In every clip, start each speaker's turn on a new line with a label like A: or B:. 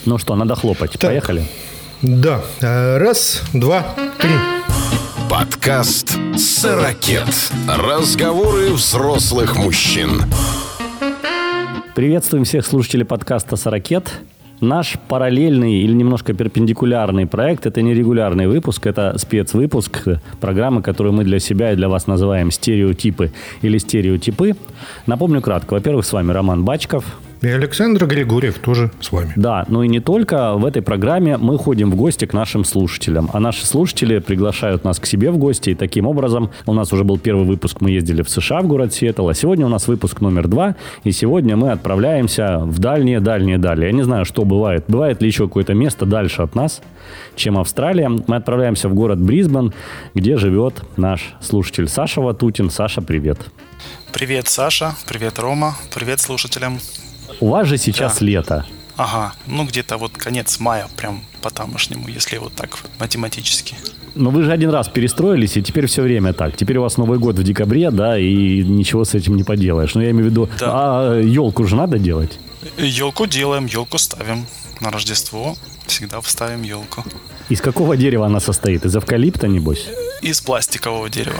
A: Ну что, надо хлопать. Так. Поехали?
B: Да. Раз, два, три.
C: Подкаст «Сорокет». Разговоры взрослых мужчин.
A: Приветствуем всех слушателей подкаста «Сорокет». Наш параллельный или немножко перпендикулярный проект – это не регулярный выпуск, это спецвыпуск программы, которую мы для себя и для вас называем «Стереотипы» или «Стереотипы». Напомню кратко. Во-первых, с вами Роман Бачков.
B: И Александр Григорьев тоже с вами.
A: Да, ну и не только. В этой программе мы ходим в гости к нашим слушателям. А наши слушатели приглашают нас к себе в гости. И таким образом у нас уже был первый выпуск. Мы ездили в США, в город Сиэтл. А сегодня у нас выпуск номер 2. И сегодня мы отправляемся в дальние. Я не знаю, что бывает. Бывает ли еще какое-то место дальше от нас, чем Австралия. Мы отправляемся в город Брисбен, где живет наш слушатель Саша Ватутин. Саша, привет.
D: Привет, Саша. Привет, Рома. Привет слушателям.
A: У вас же сейчас лето.
D: Ага, ну где-то вот конец мая, прям по-тамошнему, если вот так вот математически.
A: Но вы же один раз перестроились, и теперь все время так. Теперь у вас Новый год в декабре, да, и ничего с этим не поделаешь. Но я имею в виду, да. А елку же надо делать?
D: Елку делаем, елку ставим. На Рождество всегда вставим елку.
A: Из какого дерева она состоит? Из эвкалипта, небось?
D: Из пластикового дерева.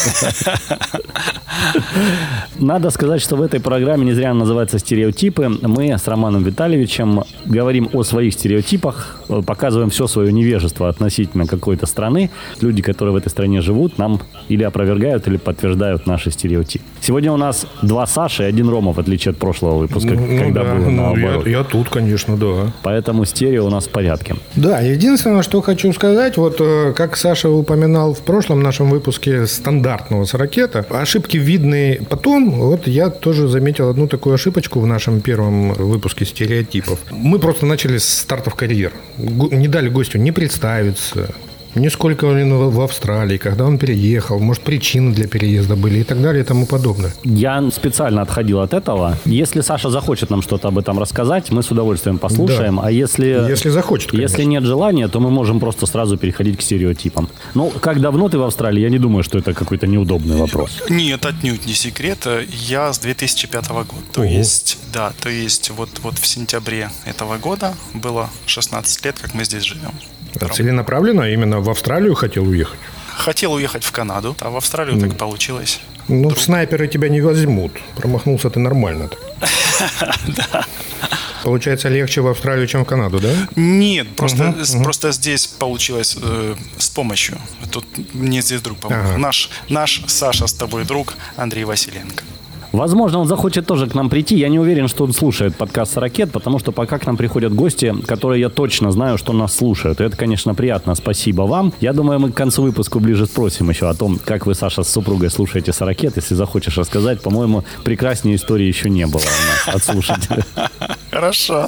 A: Надо сказать, что в этой программе не зря она называется «Стереотипы». Мы с Романом Витальевичем говорим о своих стереотипах, показываем все свое невежество относительно какой-то страны. Люди, которые в этой стране живут, нам или опровергают, или подтверждают наши стереотипы. Сегодня у нас 2 Саши и 1 Рома, в отличие от прошлого выпуска, когда было наоборот.
B: Я тут, конечно, да.
A: Поэтому стерео у нас в порядке.
B: Да, единственное, что хочу сказать, вот как Саша упоминал в прошлом нашем выпуске стандартного «Сорокета», ошибки видны потом. Вот я тоже заметил одну такую ошибочку в нашем первом выпуске «Стереотипов». Мы просто начали с стартов карьер. Не дали гостю не представиться, ни сколько он в Австралии, когда он переехал, может, причины для переезда были и так далее и тому подобное.
A: Я специально отходил от этого. Если Саша захочет нам что-то об этом рассказать, мы с удовольствием послушаем. Да. А если
B: захочет, конечно.
A: Если нет желания, то мы можем просто сразу переходить к стереотипам. Ну, как давно ты в Австралии? Я не думаю, что это какой-то неудобный вопрос.
D: Нет, отнюдь не секрет. Я с 2005 года. То есть вот в сентябре этого года было 16 лет, как мы здесь живем.
B: Целенаправленно именно в Австралию хотел уехать?
D: Хотел уехать в Канаду, а в Австралию так получилось.
B: Ну, снайперы тебя не возьмут. Промахнулся ты нормально-то.
D: Да.
B: Получается, легче в Австралию, чем в Канаду, да?
D: Нет, просто здесь получилось с помощью. Тут мне здесь друг помог. Наш Саша с тобой друг Андрей Василенко.
A: Возможно, он захочет тоже к нам прийти. Я не уверен, что он слушает подкаст «Сорокет», потому что пока к нам приходят гости, которые я точно знаю, что нас слушают. И это, конечно, приятно. Спасибо вам. Я думаю, мы к концу выпуска ближе спросим еще о том, как вы, Саша, с супругой слушаете «Сорокет». Если захочешь рассказать, по-моему, прекраснее истории еще не было у нас от слушателей.
D: Хорошо.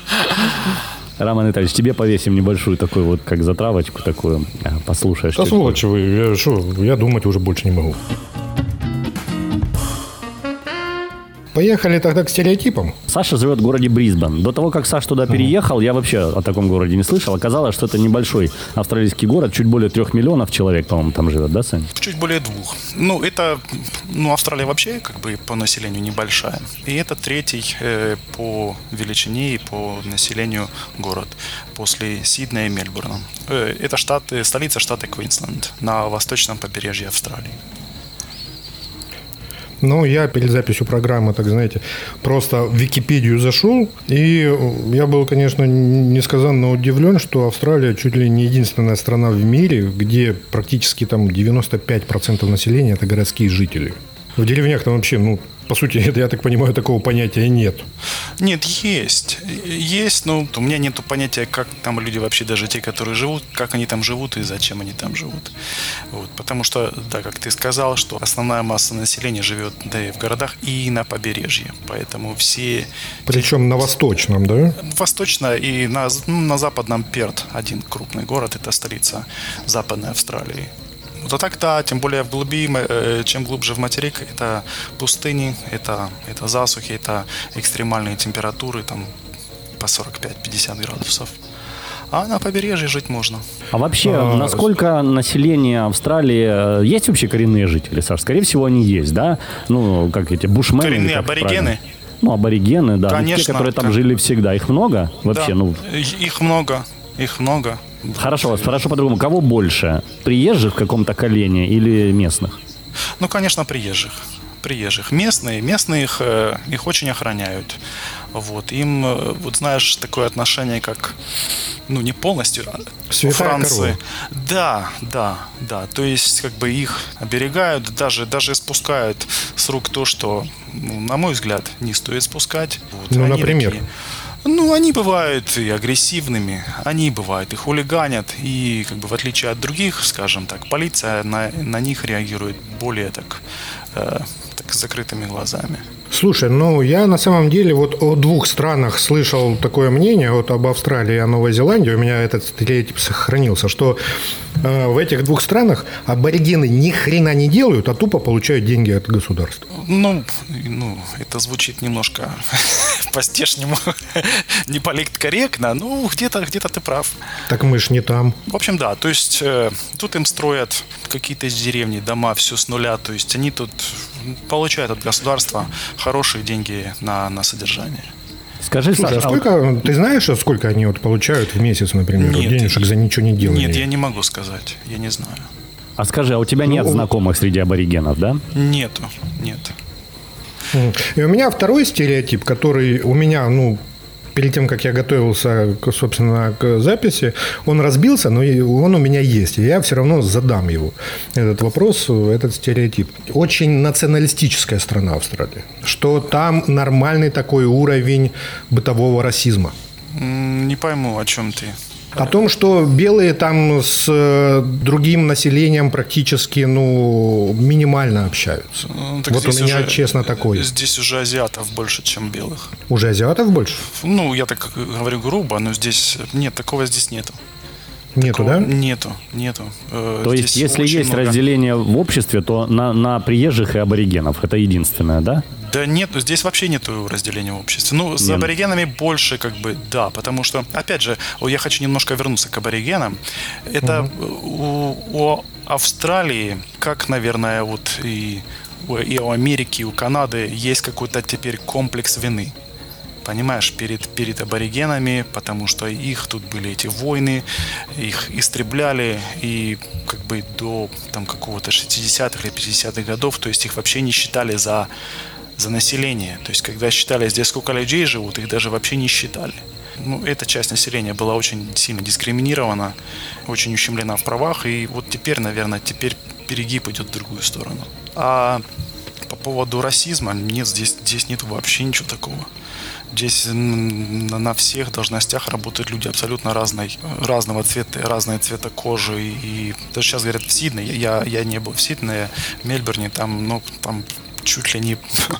A: Роман Витальевич, тебе повесим небольшую такую вот, как затравочку такую. Послушаешь.
B: Да сволочь вы, я думать уже больше не могу. Поехали тогда к стереотипам.
A: Саша живет в городе Брисбен. До того, как Саша туда переехал, я вообще о таком городе не слышал. Оказалось, что это небольшой австралийский город. Чуть более 3 миллионов человек, по-моему, там живет, да, Сань?
D: Чуть более 2. Австралия вообще как бы по населению небольшая. И это 3-й по величине и по населению город после Сиднея и Мельбурна. Это столица штата Квинсленд на восточном побережье Австралии.
B: Ну, я перед записью программы, так знаете, просто в Википедию зашел, и я был, конечно, несказанно удивлен, что Австралия чуть ли не единственная страна в мире, где практически там 95% населения – это городские жители. В деревнях там вообще, по сути, это, я так понимаю, такого понятия нет.
D: Нет, есть. Есть, но у меня нет понятия, как там люди вообще, даже те, которые живут, как они там живут и зачем они там живут. Вот, потому что, да, как ты сказал, что основная масса населения живет, да, и в городах, и на побережье. Поэтому все...
B: Причем на восточном, да?
D: Восточно и на западном Перт, один крупный город, это столица Западной Австралии. Вот, а так, да, тем более чем глубже в материк, это пустыни, это засухи, это экстремальные температуры, там по 45-50 градусов. А на побережье жить можно.
A: А вообще, насколько население Австралии... Есть вообще коренные жители, Саш? Скорее всего, они есть, да? Как эти бушмены.
D: Коренные аборигены?
A: Ну, аборигены, да.
D: Конечно.
A: Те, которые там жили всегда. Их много вообще?
D: Да,
A: Ну,
D: их много.
A: хорошо, спрошу по-другому. Кого больше? Приезжих в каком-то колене или местных?
D: Ну, конечно, приезжих. Местные их очень охраняют. Вот. Им, вот знаешь, такое отношение, как, ну, не полностью, у
B: Святая
D: Франции.
B: корова.
D: Да. То есть, как бы их оберегают, даже спускают с рук то, что, ну, на мой взгляд, не стоит спускать. Вот.
B: Ну,
D: Они
B: например?
D: такие, ну, они бывают и агрессивными, они бывают и хулиганят, и, как бы, в отличие от других, скажем так, полиция на них реагирует более так с закрытыми глазами.
B: Слушай, ну я на самом деле вот о двух странах слышал такое мнение, вот об Австралии и о Новой Зеландии, у меня этот стереотип сохранился, что в этих двух странах аборигены ни хрена не делают, а тупо получают деньги от государства.
D: Ну, это звучит немножко по-стешнему не политкорректно, ну, где-то ты прав.
B: Так мы ж не там.
D: В общем, да, то есть тут им строят какие-то из деревни дома, все с нуля, то есть они тут получают от государства хорошие деньги на содержание.
A: Скажи,
B: Слушай,
A: Саша,
B: а сколько, ты знаешь, сколько они вот получают в месяц, например,
D: Нет.
B: денежек за ничего не делание?
D: Нет, я не могу сказать, я не знаю.
A: а скажи, а у тебя нет знакомых среди аборигенов, да?
D: Нет.
B: И у меня второй стереотип, который у меня, ну, перед тем, как я готовился, собственно, к записи, он разбился, но он у меня есть. И я все равно задам его, этот вопрос, этот стереотип. Очень националистическая страна Австралия. Что там нормальный такой уровень бытового расизма.
D: Не пойму, о чем ты.
B: О том, что белые там с другим населением практически, ну, минимально общаются.
D: Ну, так
B: вот у
D: здесь
B: меня,
D: уже,
B: честно, такое.
D: Здесь уже азиатов больше, чем белых.
B: Уже азиатов больше?
D: Ну, я так говорю грубо, но здесь нет, такого здесь нету.
B: Нету, да?
D: Нету.
A: То есть, если есть разделение в обществе, то на приезжих и аборигенов. Это единственное, да?
D: Да нет, здесь вообще нету разделения в обществе. Ну, с аборигенами больше, как бы, да, потому что, опять же, я хочу немножко вернуться к аборигенам. Это у Австралии, как, наверное, вот и у Америки, и у Канады, есть какой-то теперь комплекс вины. Понимаешь, перед аборигенами, потому что их тут были эти войны, их истребляли, и как бы до там какого-то 60-х или 50-х годов, то есть их вообще не считали за население. То есть когда считали, здесь сколько людей живут, их даже вообще не считали. Ну, эта часть населения была очень сильно дискриминирована, очень ущемлена в правах, и вот теперь, наверное, перегиб идет в другую сторону. А по поводу расизма, нет, здесь нет вообще ничего такого. Здесь на всех должностях работают люди абсолютно разного цвета, разного цвета кожи. И даже сейчас говорят в Сиднее, я не был в Сиднее, в Мельбурне, там чуть ли не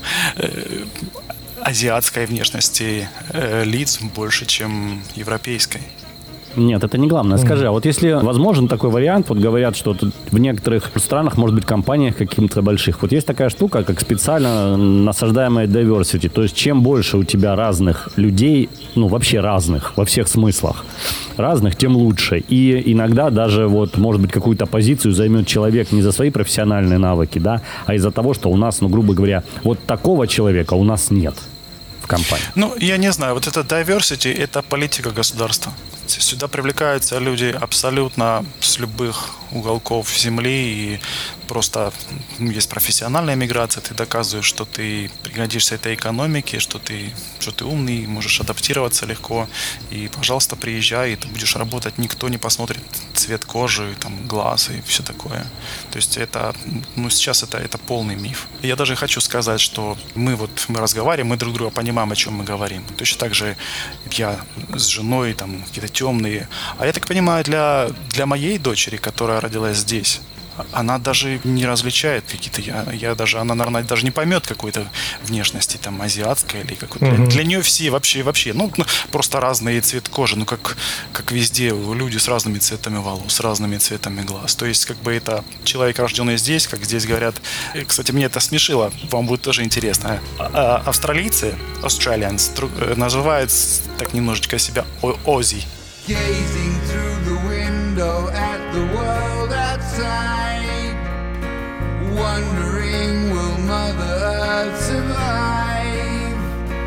D: азиатской внешности лиц больше, чем европейской.
A: Нет, это не главное. Скажи, а вот если возможен такой вариант, вот говорят, что тут в некоторых странах, может быть, компаниях каких-то больших, вот есть такая штука, как специально насаждаемая diversity, то есть чем больше у тебя разных людей, ну, вообще разных, во всех смыслах, разных, тем лучше. И иногда даже вот, может быть, какую-то позицию займет человек не за свои профессиональные навыки, да, а из-за того, что у нас, ну, грубо говоря, вот такого человека у нас нет в компании.
D: Ну, я не знаю, вот это diversity, это политика государства. Сюда привлекаются люди абсолютно с любых уголков земли, и просто есть профессиональная миграция, ты доказываешь, что ты пригодишься этой экономике, что ты умный, можешь адаптироваться легко, и, пожалуйста, приезжай, и ты будешь работать, никто не посмотрит цвет кожи, там, глаз и все такое. То есть это, сейчас это полный миф. И я даже хочу сказать, что мы разговариваем, мы друг друга понимаем, о чем мы говорим. Точно так же я с женой, там, какие-то темные. А я так понимаю, для моей дочери, которая родилась здесь, она даже не различает какие-то, она, наверное, даже не поймет какой-то внешности, там, азиатской или какой-то. Для нее все вообще, просто разный цвет кожи, как везде, люди с разными цветами волос, с разными цветами глаз. То есть, как бы это человек, рожденный здесь, как здесь говорят. И, кстати, мне это смешило, вам будет тоже интересно. Австралийцы, Australians, называют так немножечко себя Оззи.
E: Gazing through the window at the world outside, wondering will Mother Earth survive?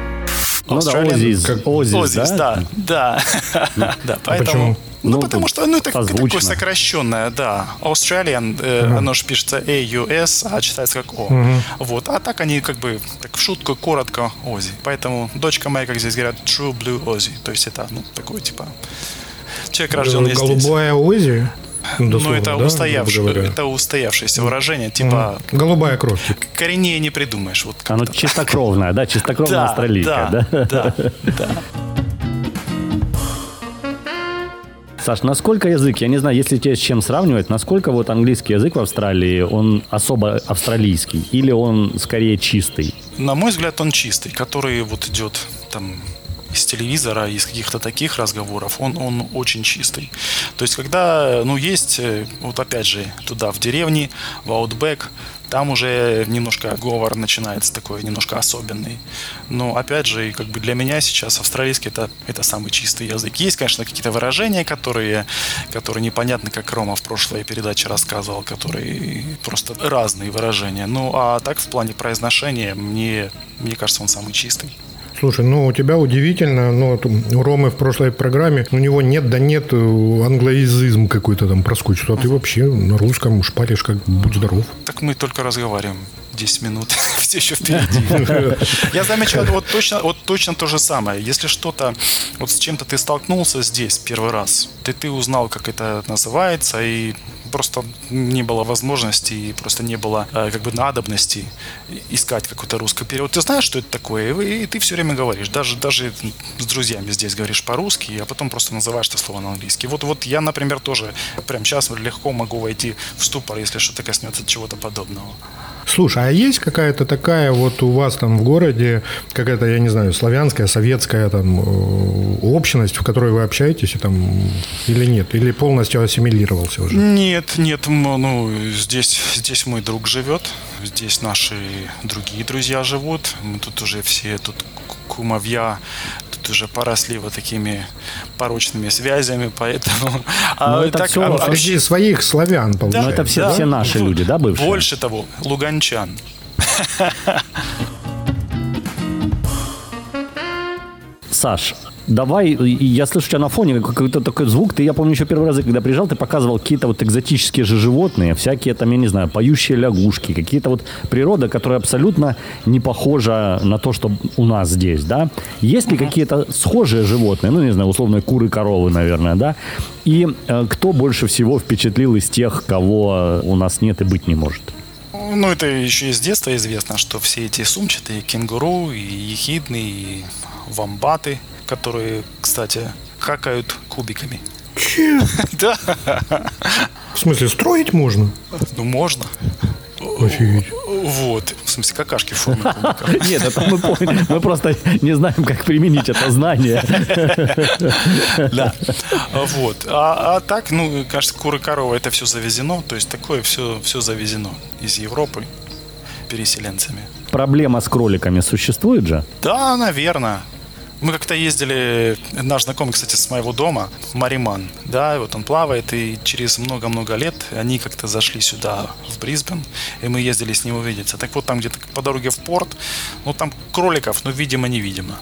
A: Озис,
D: да? Да. Да, поэтому...
B: почему?
D: Потому что, это
A: созвучно.
D: такое сокращенное, да. Australian, оно же пишется AUS, а читается как О. Вот. А так они как бы так в шутку, коротко Оззи. Поэтому дочка моя, как здесь говорят, True Blue Ozzy. То есть это, такой типа человек, рожденный здесь.
B: Голубая Оззи? Дословно,
D: это устоявшееся выражение, типа...
B: Голубая кровь.
D: Кореннее не придумаешь. Вот
A: Оно чистокровное, да? Чистокровная австралийка, да?
D: Да.
A: Саш, насколько язык, я не знаю, если тебе с чем сравнивать, насколько вот английский язык в Австралии, он особо австралийский или он скорее чистый?
D: На мой взгляд, он чистый, который вот идет там из телевизора, из каких-то таких разговоров, он очень чистый. То есть, когда, есть, вот опять же, туда в деревне, в Outback, там уже немножко говор начинается такой, немножко особенный. Но, опять же, как бы для меня сейчас австралийский это самый чистый язык. Есть, конечно, какие-то выражения, которые непонятны, как Рома в прошлой передаче рассказывал, которые просто разные выражения. А так, в плане произношения, мне кажется, он самый чистый.
B: Слушай, у тебя удивительно, у Ромы в прошлой программе, у него нет англоязизм какой-то там проскочит, а ты вообще на русском шпаришь, как будь здоров.
D: Так мы только разговариваем 10 минут, все еще впереди. Я замечаю, точно то же самое. Если что-то, с чем-то ты столкнулся здесь первый раз, ты узнал, как это называется, и просто не было возможности и просто не было надобности искать какой-то русский перевод. Ты знаешь, что это такое, и ты все время говоришь. Даже с друзьями здесь говоришь по-русски, а потом просто называешь это слово на английский. Вот я, например, тоже прямо сейчас легко могу войти в ступор, если что-то коснется чего-то подобного.
B: Слушай, а есть какая-то такая вот у вас там в городе, какая-то, я не знаю, славянская, советская там общность, в которой вы общаетесь или нет? Или полностью ассимилировался уже?
D: Нет, здесь мой друг живет, здесь наши другие друзья живут, мы тут уже все кумовья, тут уже поросли вот такими порочными связями, поэтому...
B: Среди своих славян, получается.
A: Это все наши люди, да, бывшие?
D: Больше того, луганчан.
A: Саш, давай, я слышу тебя на фоне, какой-то такой звук. Я помню еще первый раз, когда приезжал, ты показывал какие-то вот экзотические же животные, всякие там, я не знаю, поющие лягушки, какие-то вот природа, которая абсолютно не похожа на то, что у нас здесь, да? Есть ли какие-то схожие животные, не знаю, условно куры, коровы, наверное, да? И кто больше всего впечатлил из тех, кого у нас нет и быть не может?
D: Это еще из детства известно, что все эти сумчатые кенгуру, и ехидны, и вомбаты, которые, кстати, какают кубиками.
B: Че?
D: Да.
B: В смысле, строить можно?
D: Можно.
B: Офигеть.
D: Вот. В смысле, какашки в форме кубика.
A: Нет, это мы поняли. Мы просто не знаем, как применить это знание.
D: Да. Вот. А так, кажется, куры-коровы это все завезено. То есть такое все завезено из Европы переселенцами.
A: Проблема с кроликами существует же?
D: Да, наверное. Мы как-то ездили, наш знакомый, кстати, с моего дома, Мариман, да, вот он плавает, и через много-много лет они как-то зашли сюда, в Брисбен, и мы ездили с ним увидеться. Так вот, там где-то по дороге в порт, там кроликов, видимо-невидимо.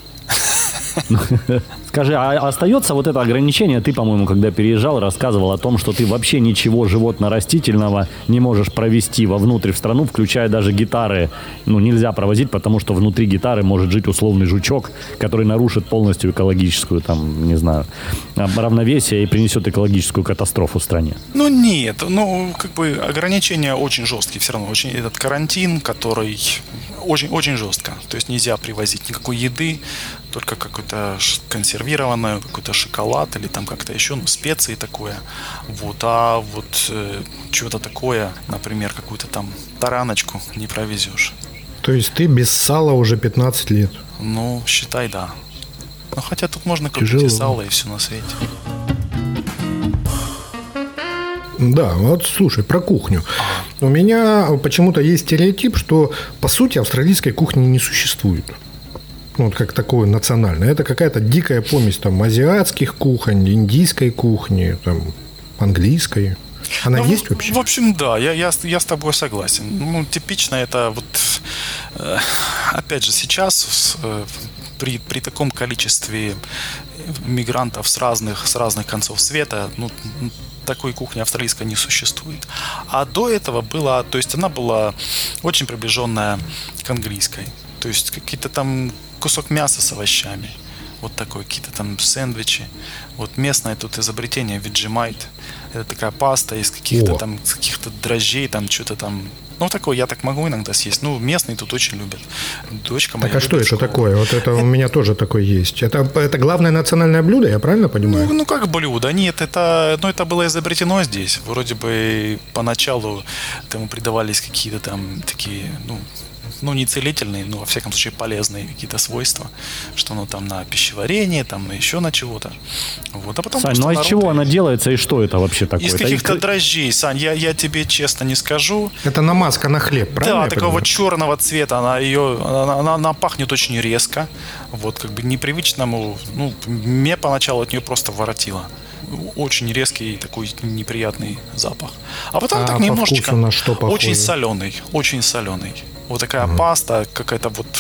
A: Скажи, а остается вот это ограничение? Ты, по-моему, когда переезжал, рассказывал о том, что ты вообще ничего животно-растительного не можешь провести вовнутрь в страну, включая даже гитары. Нельзя провозить, потому что внутри гитары может жить условный жучок, который нарушит полностью экологическую, равновесие и принесет экологическую катастрофу стране.
D: Нет, ограничения очень жесткие все равно. Этот карантин, который очень жестко. То есть нельзя привозить никакой еды, только какую-то консервированную, какой-то шоколад или там как-то еще, специи такое. А чего-то такое, например, какую-то там тараночку не провезешь.
B: То есть ты без сала уже 15 лет?
D: Считай, да. Хотя тут можно купить и сало, и все на свете.
B: Да, слушай, про кухню. У меня почему-то есть стереотип, что, по сути, австралийской кухни не существует. Как такое национальное. Это какая-то дикая помесь азиатских кухонь, индийской кухни, английской. Она есть вообще?
D: В общем, да, я с тобой согласен. Типично это опять же сейчас при таком количестве мигрантов с разных концов света, ну, такой кухни австралийской не существует. А до этого была, то есть она была очень приближенная к английской. То есть какие-то там кусок мяса с овощами, вот такой, какие-то там сэндвичи. Вот местное тут изобретение Vegemite. Это такая паста из каких-то там, с каких-то дрожжей, там что-то там. Ну, такое я так могу иногда съесть. Ну, местные тут очень любят. Дочка моя.
B: Так а что это такое? Вот это у меня тоже такое есть. Это главное национальное блюдо, я правильно понимаю?
D: Ну, как блюдо. Нет, это было изобретено здесь. Вроде бы поначалу этому придавались какие-то там такие, ну, не целительные, но, во всяком случае, полезные какие-то свойства, что оно там на пищеварение, там еще на чего-то. Вот, а потом
A: Сань, ну а из чего она делается и что это вообще такое?
D: Из каких-то дрожжей, Сань, я тебе честно не скажу.
B: Это намазка на хлеб, правильно?
D: Да, такого черного цвета, она пахнет очень резко, вот, как бы непривычному, ну, мне поначалу от нее просто воротило. Очень резкий такой неприятный запах. А потом так немножечко
B: на что
D: очень соленый. Вот такая паста, какая-то вот,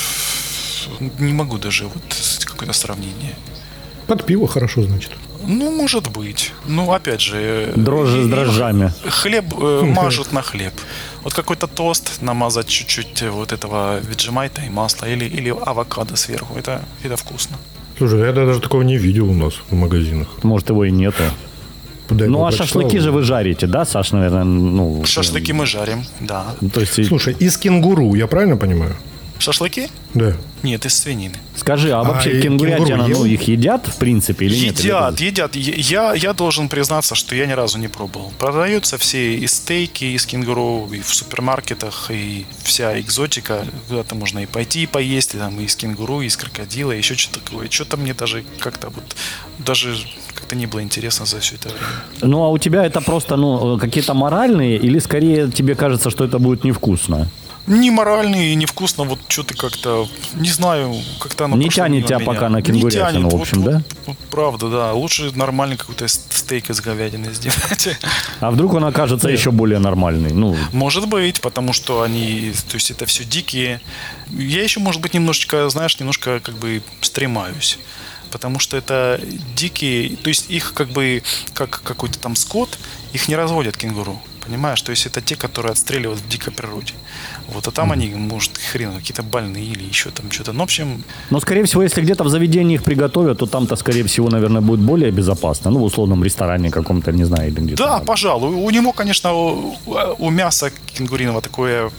D: не могу даже вот какое-то сравнение.
B: Под пиво хорошо, значит.
D: Ну, может быть. Ну, опять же...
A: Дрожжи с дрожжами.
D: Хлеб мажут на хлеб. Вот какой-то тост, намазать чуть-чуть вот этого веджемайта и масла, или авокадо сверху. Это вкусно.
B: Слушай, я даже такого не видел у нас в магазинах.
A: Может, его и нету. Ну, а шашлыки же вы жарите, да, Саш, наверное? Ну,
D: шашлыки мы жарим, да.
A: То есть...
B: Слушай, из кенгуру, я правильно понимаю?
D: Шашлыки?
B: Да.
D: Нет, из свинины.
A: Скажи, а вообще кенгурятина, их едят, в принципе, или нет?
D: Едят. Я должен признаться, что я ни разу не пробовал. Продаются все и стейки из кенгуру, и в супермаркетах, и вся экзотика. Куда-то можно и пойти и поесть, и там и из кенгуру, и из крокодила, и еще что-то такое. Что-то мне даже как-то вот, даже как-то не было интересно за все это время.
A: Ну, а у тебя это просто, какие-то моральные, или скорее тебе кажется, что это будет невкусно?
D: Не морально и невкусно, вот что-то как-то, не знаю, как-то оно
A: не тянет тебя пока на кенгурятину, в общем, да?
D: Вот, правда, да. Лучше нормальный какой-то стейк из говядины сделать.
A: А вдруг он окажется еще более нормальный? Ну.
D: Может быть, потому что они, то есть это все дикие. Я еще, может быть, немножко как бы стремаюсь. Потому что это дикие, то есть их как бы, как какой-то там скот, их не разводят кенгуру. Понимаешь, то есть это те, которые отстреливают в дикой природе. Вот, а там они, может, хрен, какие-то больные или еще там что-то. Ну, в общем...
A: Но, скорее всего, если где-то в заведении их приготовят, то там-то, скорее всего, наверное, будет более безопасно. Ну, в условном ресторане каком-то, не знаю, или где-то.
D: Да, пожалуй. У него, конечно, у мяса кенгуриного такой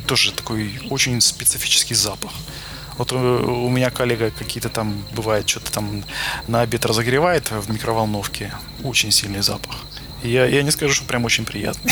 D: очень специфический запах. Вот у меня коллега какие-то там, бывает, что-то там на обед разогревает в микроволновке. Очень сильный запах. Я не скажу, что прям очень приятный.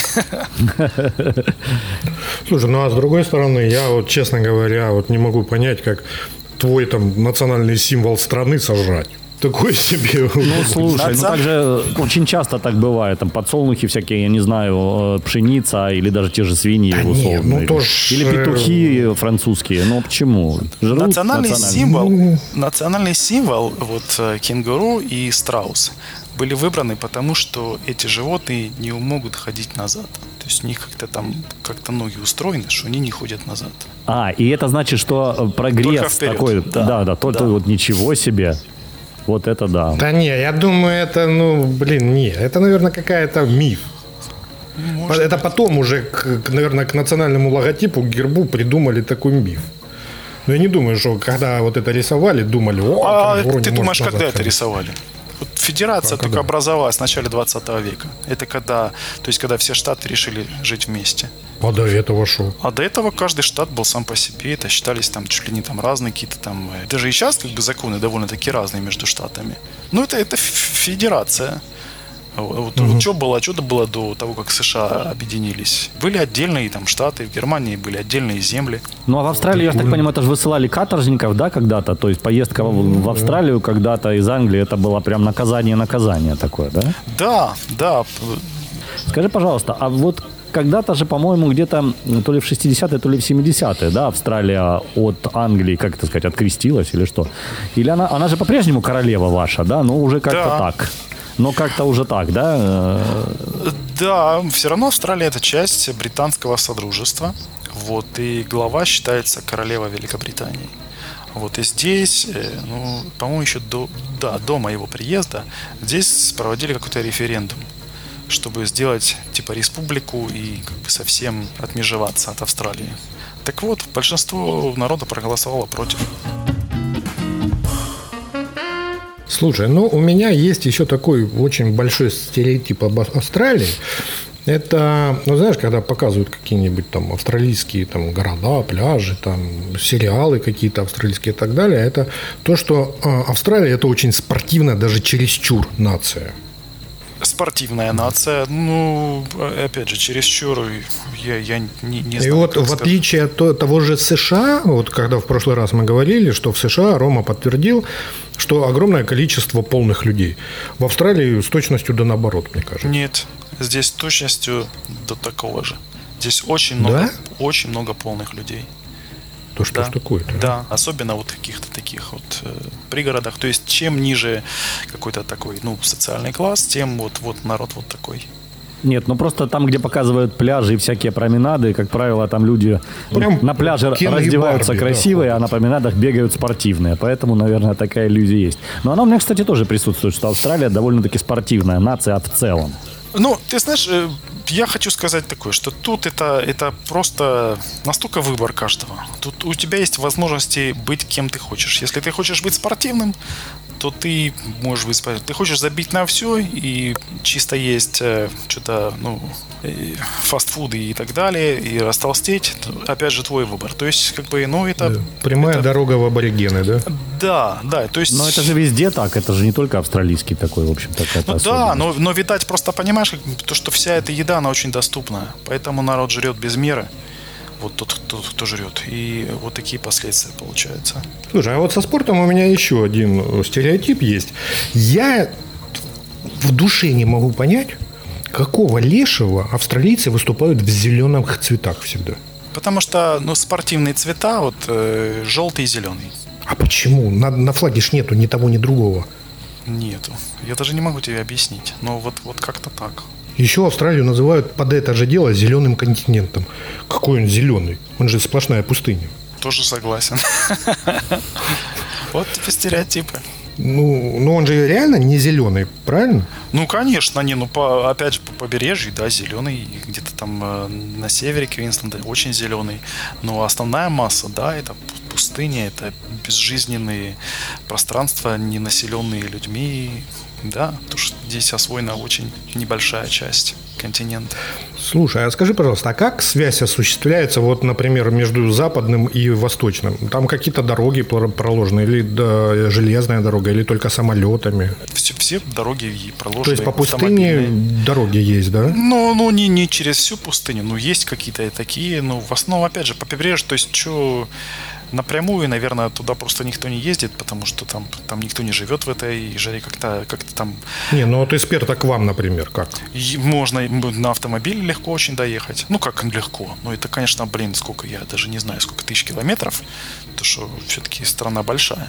B: Слушай, ну а с другой стороны, я вот, честно говоря, вот не могу понять, как твой там национальный символ страны сожрать. Такой себе.
A: Ну, слушай, так же очень часто так бывает. Там подсолнухи всякие, я не знаю, пшеница или даже те же свиньи, условно. Или петухи французские. Ну, почему?
D: Национальный символ вот кенгуру и страус были выбраны, потому что эти животные не могут ходить назад. То есть у них как-то ноги устроены, что они не ходят назад.
A: И это значит, что прогресс такой. Да, вот ничего себе. Вот это да.
B: Да не, я думаю, это, это, наверное, какая-то миф. Это потом уже, наверное, к национальному логотипу, к гербу придумали такой миф. Но я не думаю, что когда вот это рисовали, думали,
D: ты думаешь, когда это рисовали? Вот федерация только образовалась в начале 20 века. Это когда все штаты решили жить вместе.
B: А до этого что?
D: А до этого каждый штат был сам по себе. Это считались там чуть ли не там разные какие-то там... Даже и сейчас как бы законы довольно-таки разные между штатами. Но это федерация. Вот что было до того, как США объединились? Были отдельные там штаты, в Германии были отдельные земли.
A: Ну, а в Австралию, я так понимаю, это же высылали каторжников, да, когда-то? То есть поездка в Австралию когда-то из Англии, это было прям наказание такое, да?
D: Да.
A: Скажи, пожалуйста, а вот когда-то же, по-моему, где-то то ли в 60-е, то ли в 70-е, да, Австралия от Англии, как это сказать, открестилась или что? Или она же по-прежнему королева ваша, да? Ну, уже как-то так. Но как-то уже так, да?
D: Да, все равно Австралия – это часть британского содружества. Вот, и глава считается королевой Великобритании. Вот и здесь, по-моему, еще до моего приезда, здесь проводили какой-то референдум, чтобы сделать типа республику и как бы совсем отмежеваться от Австралии. Так вот, большинство народа проголосовало против.
B: Слушай, у меня есть еще такой очень большой стереотип об Австралии. Это, знаешь, когда показывают какие-нибудь там австралийские там города, пляжи, там сериалы какие-то австралийские и так далее, это то, что Австралия – это очень спортивная, даже чересчур нация.
D: Спортивная нация, опять же, чересчур, я не знаю.
B: И вот в отличие от того же США, вот когда в прошлый раз мы говорили, что в США Рома подтвердил, что огромное количество полных людей. В Австралии с точностью да наоборот, мне кажется.
D: Нет, здесь с точностью до такого же. Здесь очень много полных людей.
B: То что ж такое-то?
D: Да, особенно вот в каких-то таких вот пригородах. То есть чем ниже какой-то такой, социальный класс, тем вот народ вот такой.
A: Нет, просто там, где показывают пляжи и всякие променады, как правило, там люди
B: прям
A: на пляже раздеваются
B: Барби,
A: красивые,
B: да,
A: а на променадах бегают спортивные. Поэтому, наверное, такая иллюзия есть. Но она у меня, кстати, тоже присутствует, что Австралия довольно-таки спортивная нация в целом.
D: Ты знаешь, я хочу сказать такое, что тут это просто настолько выбор каждого. Тут у тебя есть возможности быть кем ты хочешь. Если ты хочешь быть спортивным, то ты можешь быть спортивным. Ты хочешь забить на все и чисто есть что-то, фастфуды и так далее, и растолстеть, опять же, твой выбор. То есть, это...
B: Прямая дорога в аборигены, да?
D: Да, то есть...
A: Но это же везде так, это же не только австралийский такой, в общем-то,
D: да, но видать, просто понимаешь, то, что вся эта еда, она очень доступна, поэтому народ жрет без меры. Вот тот, кто жрет. И вот такие последствия получаются.
B: Слушай, а вот со спортом у меня еще один стереотип есть. Я в душе не могу понять, какого лешего австралийцы выступают в зеленых цветах всегда.
D: Потому что, спортивные цвета, желтый и зеленый.
B: А почему? На флаге ж нету ни того, ни другого.
D: Нету. Я даже не могу тебе объяснить. Но вот как-то так.
B: Еще Австралию называют под это же дело зеленым континентом. Какой он зеленый? Он же сплошная пустыня.
D: Тоже согласен. Вот тебе стереотипы.
B: Он же реально не зеленый, правильно?
D: Конечно, опять же, по побережью, да, зеленый, где-то там на севере Квинсленда очень зеленый. Но основная масса, да, это пустыня, это безжизненные пространства, не населенные людьми. Да, потому что здесь освоена очень небольшая часть континента.
B: Слушай, а скажи, пожалуйста, а как связь осуществляется, например, между западным и восточным? Там какие-то дороги проложены, или железная дорога, или только самолетами?
D: Все дороги проложены.
B: То есть по пустыне дороги есть, да?
D: Не через всю пустыню, есть какие-то такие, в основном, опять же, по побережью, то есть, напрямую, наверное, туда просто никто не ездит, потому что там никто не живет в этой жаре, как-то там...
B: Вот из Перта к вам, например, как?
D: Можно на автомобиле легко очень доехать. Как легко? Это, конечно, сколько, я даже не знаю, сколько тысяч километров, потому что все-таки страна большая.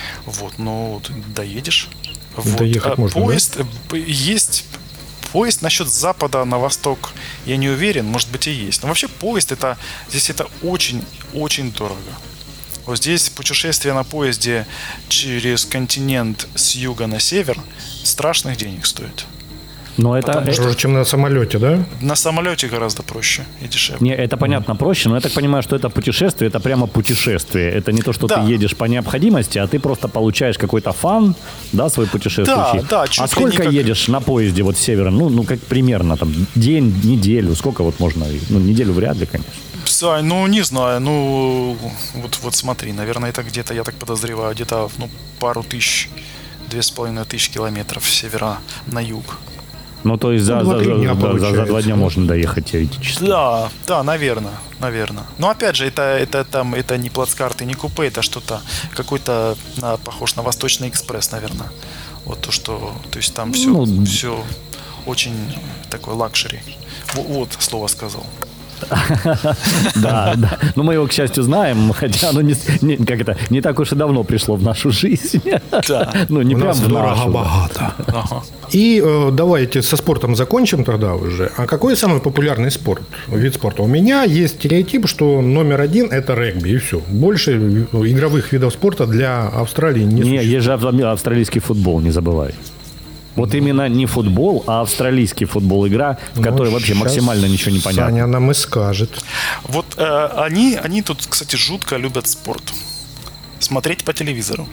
D: Доедешь.
B: Доехать можно,
D: поезд есть... Поезд насчет с запада на восток, я не уверен, может быть и есть. Но вообще поезд здесь это очень-очень дорого. Вот здесь путешествие на поезде через континент с юга на север страшных денег стоит.
A: Но это
B: дороже, чем на самолете, да?
D: На самолете гораздо проще и дешевле.
A: Это понятно, проще, но я так понимаю, что это путешествие, это прямо путешествие. Это не то, что ты едешь по необходимости, а ты просто получаешь какой-то фан, да, свой путешествующий.
D: Да,
A: а сколько едешь на поезде севера? Как примерно, день, неделю, сколько можно? Неделю вряд ли, конечно.
D: Сань, не знаю, вот смотри, наверное, это где-то, я так подозреваю, где-то, пару тысяч, 2500 километров с севера на юг.
A: То есть за 2 дня можно доехать теоретически.
D: Да, наверное. Но опять же, это не плацкарт и не купе, это что-то какой-то похож на Восточный экспресс, наверное. Вот то есть там все очень такой лакшери. Вот слово сказал.
A: Да, да. Но мы его, к счастью, знаем, хотя оно не так уж и давно пришло в нашу жизнь.
D: Да.
A: Ну, не
B: У
A: прям
B: нас
A: в нашу.
B: дорого-богато.
D: Ага.
B: И давайте со спортом закончим тогда уже. А какой самый популярный вид спорта? У меня есть стереотип, что номер один – это регби, и все. Больше игровых видов спорта для Австралии не
A: Не,
B: существует.
A: есть же австралийский футбол, не забывай. Вот именно не футбол, а австралийский футбол, игра, в которой вообще
B: Щас
A: максимально ничего не понятно.
B: Саня нам и скажет.
D: Вот они тут, кстати, жутко любят спорт. Смотреть по телевизору.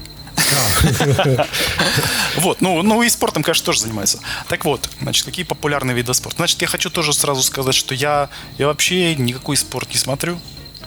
D: Вот, ну и спортом, конечно, тоже занимаются. Так вот, значит, какие популярные виды спорта? Значит, я хочу тоже сразу сказать, что я вообще никакой спорт не смотрю.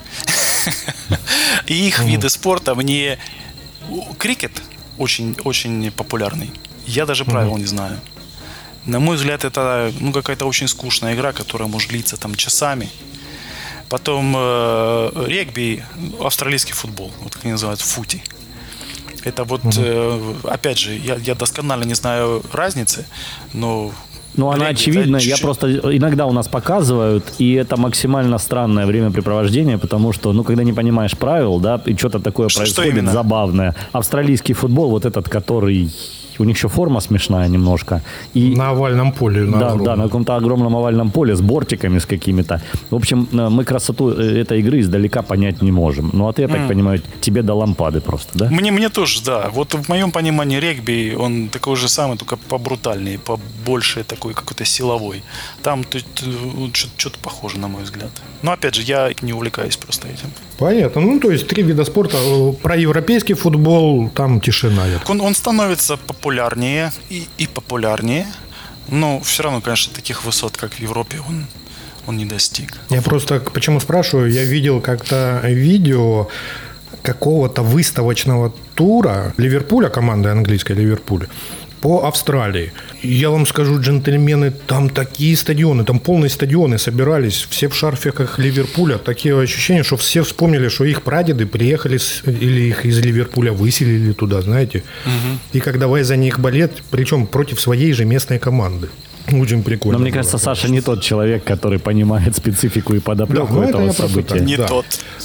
D: И их виды спорта мне... Крикет очень популярный. Я даже правил не знаю. На мой взгляд, это какая-то очень скучная игра, которая может длиться там часами. Потом регби, австралийский футбол, вот как они называют, фути. Это вот, опять же, я досконально не знаю разницы, но...
A: Ну, она очевидна. Я просто иногда у нас показывают, и это максимально странное времяпрепровождение, потому что, когда не понимаешь правил, да, и что-то такое происходит забавное. Австралийский футбол, вот этот, который... У них еще форма смешная немножко. И...
B: На овальном поле.
A: Да, на каком-то огромном овальном поле с бортиками с какими-то. В общем, мы красоту этой игры издалека понять не можем. Ну, а ты, я так понимаю, тебе до лампады просто, да?
D: Мне тоже, да. Вот в моем понимании регби, он такой же самый, только побрутальнее, побольше такой какой-то силовой. Там что-то похоже, на мой взгляд. Но, опять же, я не увлекаюсь просто этим.
B: Понятно. То есть 3 вида спорта. Про европейский футбол там тишина.
D: Он становится популярнее и популярнее, но все равно, конечно, таких высот, как в Европе, он не достиг.
B: Я просто почему спрашиваю? Я видел как-то видео какого-то выставочного тура Ливерпуля, команды английской Ливерпуля, по Австралии. Я вам скажу, джентльмены, там такие стадионы, там полные стадионы собирались, все в шарфиках Ливерпуля. Такие ощущения, что все вспомнили, что их прадеды приехали или их из Ливерпуля выселили туда, знаете. И когда за них болеют, причем против своей же местной команды. Очень прикольно.
A: Но мне кажется, Саша не тот человек, который понимает специфику и подоплеку этого события.
D: Не тот.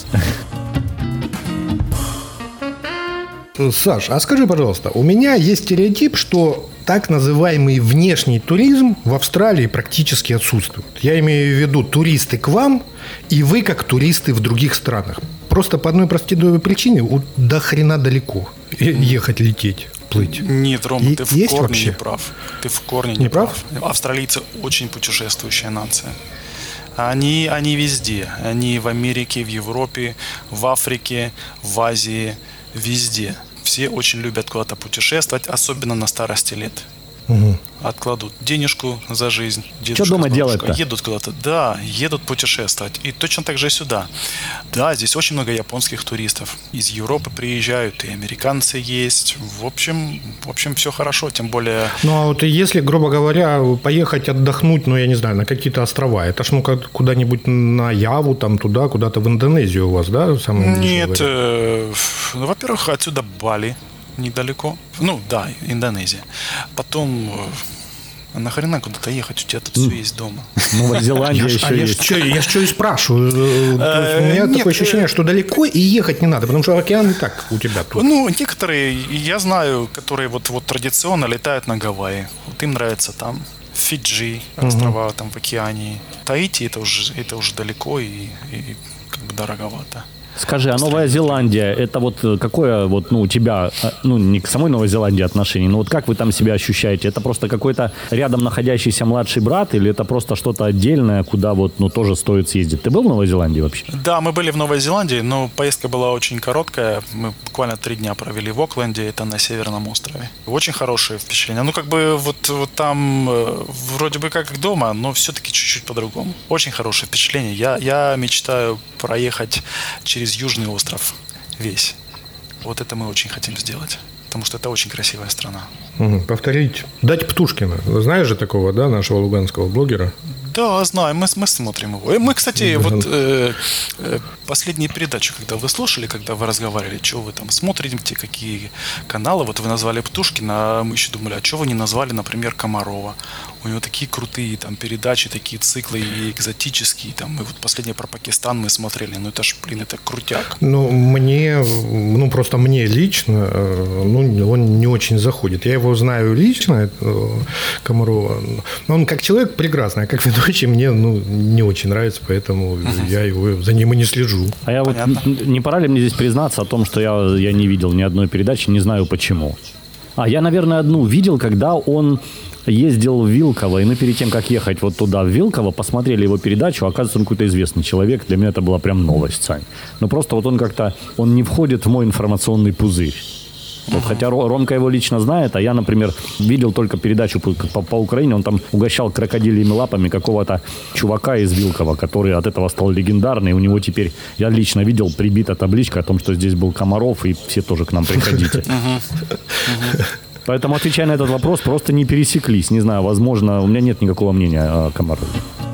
B: Саш, а скажи, пожалуйста, у меня есть стереотип, что так называемый внешний туризм в Австралии практически отсутствует. Я имею в виду туристы к вам, и вы как туристы в других странах. Просто по одной простой причине до хрена далеко ехать, лететь, плыть.
D: Нет, Рома, ты в корне
B: вообще?
D: не прав. Ты в корне не прав. Австралийцы очень путешествующая нация. Они везде. Они в Америке, в Европе, в Африке, в Азии, везде. Все очень любят куда-то путешествовать, особенно на старости лет. Откладут денежку за жизнь.
A: Что дома делать-то?
D: Едут куда-то. Да, едут путешествовать. И точно так же и сюда. Да, здесь очень много японских туристов. Из Европы приезжают, и американцы есть. В общем, все хорошо, тем более...
B: Ну, а вот если, грубо говоря, поехать отдохнуть, я не знаю, на какие-то острова, это ж, куда-нибудь на Яву, там, туда, куда-то в Индонезию у вас, да?
D: Нет, во-первых, отсюда Бали. Недалеко. Да, Индонезия. Потом, нахрена куда-то ехать? У тебя тут все есть дома.
A: Новая Зеландия еще есть.
B: Я что и спрашиваю. У меня такое ощущение, что далеко и ехать не надо, потому что океан и так у тебя тут.
D: Некоторые, я знаю, которые вот традиционно летают на Гавайи. Вот им нравится там. Фиджи, острова там в океане. Таити это уже далеко и как бы дороговато.
A: Скажи, а Новая Зеландия, это вот какое вот, у тебя, не к самой Новой Зеландии отношение, но вот как вы там себя ощущаете? Это просто какой-то рядом находящийся младший брат или это просто что-то отдельное, куда тоже стоит съездить? Ты был в Новой Зеландии вообще?
D: Да, мы были в Новой Зеландии, но поездка была очень короткая. Мы буквально 3 дня провели в Окленде, это на Северном острове. Очень хорошее впечатление. Вот там вроде бы как дома, но все-таки чуть-чуть по-другому. Очень хорошее впечатление. Я мечтаю проехать через Южный остров весь. Вот это мы очень хотим сделать, потому что это очень красивая страна.
B: Повторить. Дать Птушкина. Знаешь же такого, да, нашего луганского блогера?
D: Да, знаю, мы смотрим его. Мы, кстати, последние передачи, когда вы слушали, когда вы разговаривали, что вы там смотрите, какие каналы, вот вы назвали Птушкина, а мы еще думали, а что вы не назвали, например, Комарова? У него такие крутые там передачи, такие циклы и экзотические. Там, и вот последнее про Пакистан мы смотрели. Ну, это ж, блин, это крутяк.
B: Просто мне лично, он не очень заходит. Я его знаю лично, Комарова. Он как человек прекрасный, а как ведущий мне, не очень нравится, поэтому я за ним и не слежу.
A: А я
D: Понятно.
A: вот, не пора ли мне здесь признаться о том, что я не видел ни одной передачи, не знаю почему. Я, наверное, одну видел, когда он ездил в Вилково, и мы перед тем, как ехать вот туда, в Вилково, посмотрели его передачу, оказывается, он какой-то известный человек. Для меня это была прям новость, Сань. Но просто вот он не входит в мой информационный пузырь. Вот, хотя Ромка его лично знает, а я, например, видел только передачу по Украине. Он там угощал крокодильями лапами какого-то чувака из Вилкова, который от этого стал легендарный. У него теперь, я лично видел, прибита табличка о том, что здесь был Комаров, и все тоже к нам приходите. Поэтому, отвечая на этот вопрос, просто не пересеклись. Не знаю, возможно, у меня нет никакого мнения о Комарове.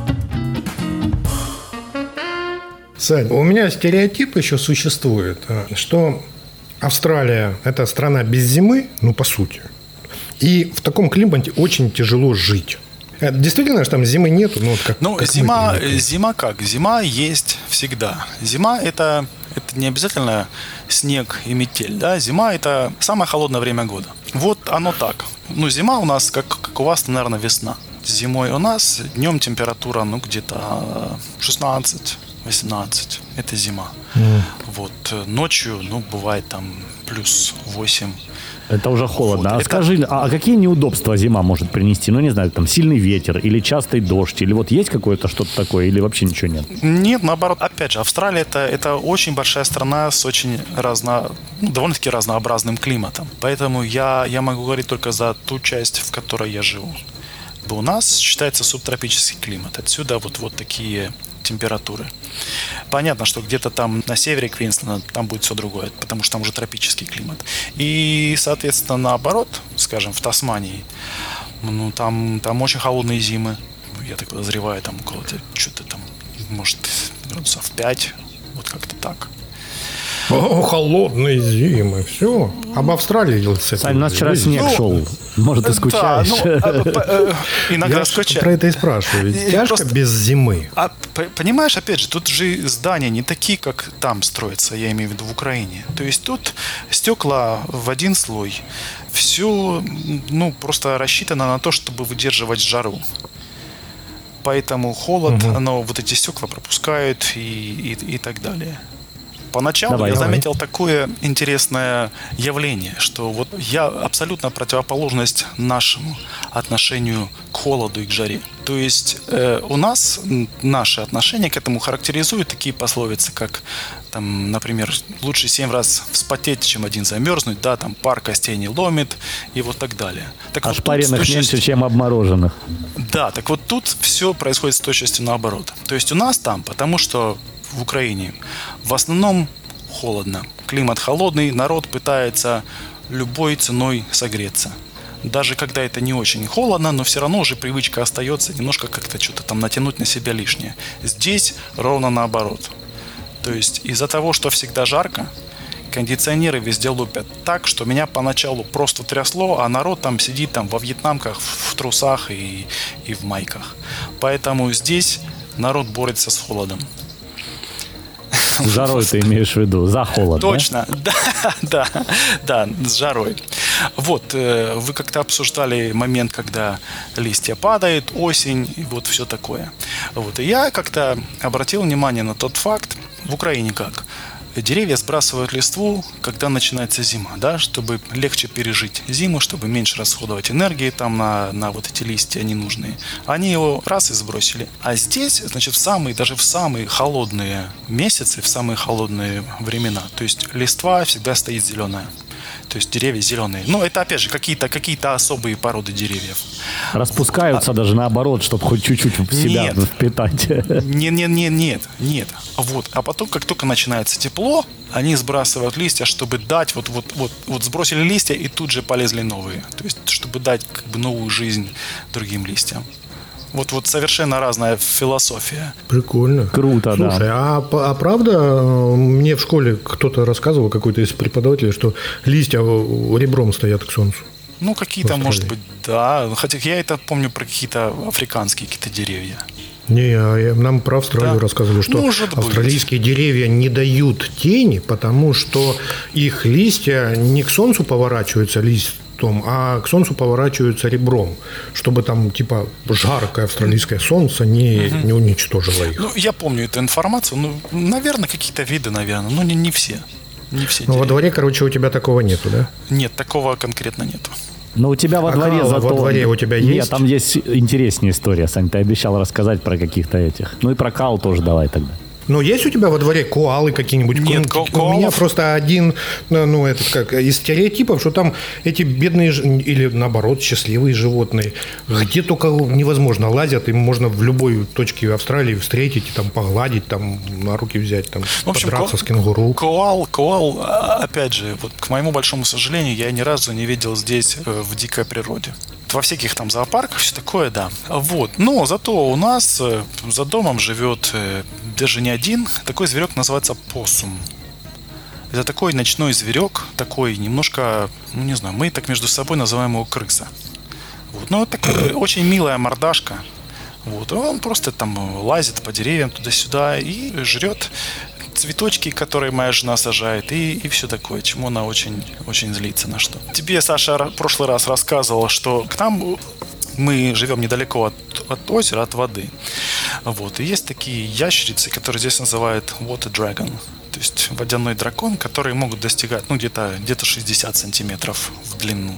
B: Сань, у меня стереотип еще существует, что Австралия – это страна без зимы, по сути. И в таком климате очень тяжело жить. Действительно, что там зимы нету?
D: Зима как? Зима есть всегда. Зима – это не обязательно снег и метель. Да? Зима – это самое холодное время года. Вот оно так. Зима у нас, как у вас, наверное, весна. Зимой у нас днем температура где-то 16-18. Это зима. Вот. Ночью, бывает там плюс 8.
A: Это уже холодно.
D: Вот,
A: Скажи, а какие неудобства зима может принести? Не знаю, там сильный ветер или частый дождь, или вот есть какое-то что-то такое, или вообще ничего нет?
D: Нет, наоборот. Опять же, Австралия это очень большая страна с очень довольно-таки разнообразным климатом. Поэтому я могу говорить только за ту часть, в которой я живу. У нас считается субтропический климат. Отсюда вот такие температуры. Понятно, что где-то там на севере Квинсленда там будет все другое, потому что там уже тропический климат. И, соответственно, наоборот, скажем, в Тасмании, там очень холодные зимы. Я так подозреваю, там около что-то там, может, градусов 5, вот как-то так.
B: Холодные зимы, все. Об Австралии.
A: Сань, у нас вчера снег шел. Может, ты скучаешь?
D: Иногда
B: Я
D: скучаю.
B: про это и спрашиваю. Ведь тяжко без зимы.
D: Понимаешь, опять же, тут же здания не такие, как там строятся, я имею в виду в Украине. То есть тут стекла в один слой. Все, просто рассчитано на то, чтобы выдерживать жару. Поэтому холод, вот эти стекла пропускают и так далее. Поначалу я заметил такое интересное явление, что вот я абсолютно противоположность нашему отношению к холоду и к жаре. То есть у нас наши отношения к этому характеризуют такие пословицы, как, там, например, лучше 7 раз вспотеть, чем один замерзнуть, да, там пар костей не ломит и вот так далее. Так
A: ошпаренных вот меньше, чем обмороженных.
D: Да, так вот тут все происходит с точностью наоборот. То есть у нас там, потому что в Украине в основном холодно. Климат холодный, народ пытается любой ценой согреться. Даже когда это не очень холодно, но все равно уже привычка остается немножко как-то что-то там натянуть на себя лишнее. Здесь ровно наоборот. То есть из-за того, что всегда жарко, кондиционеры везде лупят так, что меня поначалу просто трясло, а народ там сидит там во вьетнамках, в трусах и в майках. Поэтому здесь народ борется с холодом.
A: С жарой ты имеешь в виду, за холод,
D: точно, да, с жарой. Вот, вы как-то обсуждали момент, когда листья падают, осень, и вот все такое. Вот, и я как-то обратил внимание на тот факт, в Украине как? Деревья сбрасывают листву, когда начинается зима, да, чтобы легче пережить зиму, чтобы меньше расходовать энергии там на вот эти листья ненужные. Они его раз и сбросили. А здесь, значит, даже в самые холодные месяцы, в самые холодные времена, то есть листва всегда стоит зеленая. То есть деревья зеленые. Но это, опять же, какие-то особые породы деревьев.
A: Распускаются даже наоборот, чтобы хоть чуть-чуть в себя впитать.
D: Нет. Вот. А потом, как только начинается тепло, они сбрасывают листья, чтобы дать, вот сбросили листья и тут же полезли новые. То есть, чтобы дать как бы новую жизнь другим листьям. Вот совершенно разная философия.
B: Прикольно.
A: Круто,
B: слушай,
A: да.
B: А правда, мне в школе кто-то рассказывал, какой-то из преподавателей, что листья ребром стоят к солнцу?
D: Ну, какие-то,
B: в
D: может
B: Австралии?
D: быть, да. Хотя я это помню про какие-то африканские какие-то деревья.
B: Нам про Австралию
D: Да.
B: рассказывали, что
D: Может быть.
B: австралийские деревья не дают тени, потому что их листья не к солнцу поворачиваются листом, а к солнцу поворачиваются ребром, чтобы там типа жаркое австралийское солнце не уничтожило их.
D: Ну, я помню эту информацию. Ну, наверное, какие-то виды, наверное. Но не все. Не все
B: Но во
D: деревья.
B: дворе, короче, у тебя такого нету, да?
D: Нет, такого конкретно нету.
A: Но у тебя во
B: А
A: дворе
B: коала
A: зато...
B: во дворе у тебя
A: Нет,
B: есть?
A: там есть интереснее история, Сань. Ты обещал рассказать про каких-то этих. Ну и про кал тоже давай тогда.
B: Ну, есть у тебя во дворе коалы какие-нибудь?
D: Нет,
B: У меня
D: коалов-
B: просто один, из стереотипов, что там эти бедные или, наоборот, счастливые животные, где только невозможно лазят, им можно в любой точке Австралии встретить, и там погладить, там на руки взять, там
D: В общем,
B: подраться с кенгуру.
D: коал, опять же, вот к моему большому сожалению, я ни разу не видел здесь в дикой природе. Во всяких там зоопарках все такое, да. Вот. Но зато у нас за домом живет даже не один. Такой зверек называется поссум. Это такой ночной зверек, такой немножко, ну не знаю, мы так между собой называем его крыса. Вот. Но такая очень милая мордашка. Вот. Он просто там лазит по деревьям туда-сюда и жрет цветочки, которые моя жена сажает, и все такое, чему она очень, очень злится на что. Тебе, Саша, в прошлый раз рассказывал, что к нам мы живем недалеко от озера, от воды. Вот. И есть такие ящерицы, которые здесь называют water dragon, то есть водяной дракон, которые могут достигать где-то 60 сантиметров в длину.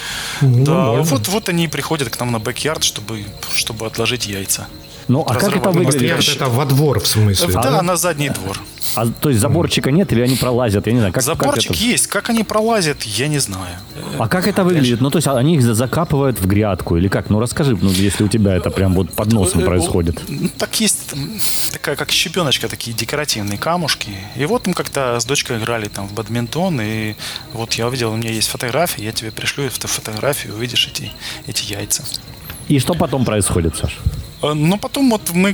D: Да, вот они и приходят к нам на бэк-ярд, чтобы отложить яйца.
A: Ну, а как это выглядит?
B: Это во двор, в смысле?
D: Да, на задний двор.
A: То есть заборчика нет или они пролазят? Я не знаю, как
D: Заборчик
A: это...
D: есть. Как они пролазят, я не знаю.
A: А как это выглядит? Ну, то есть они их закапывают в грядку или как? Ну, расскажи, если у тебя это прям вот под носом происходит.
D: Ну, так есть такая, как щебеночка, такие декоративные камушки. И вот мы как-то с дочкой играли там в бадминтон, и вот я увидел, у меня есть фотографии, я тебе пришлю эту фотографию, увидишь эти яйца.
A: И что потом происходит, Саш?
D: Но потом вот мы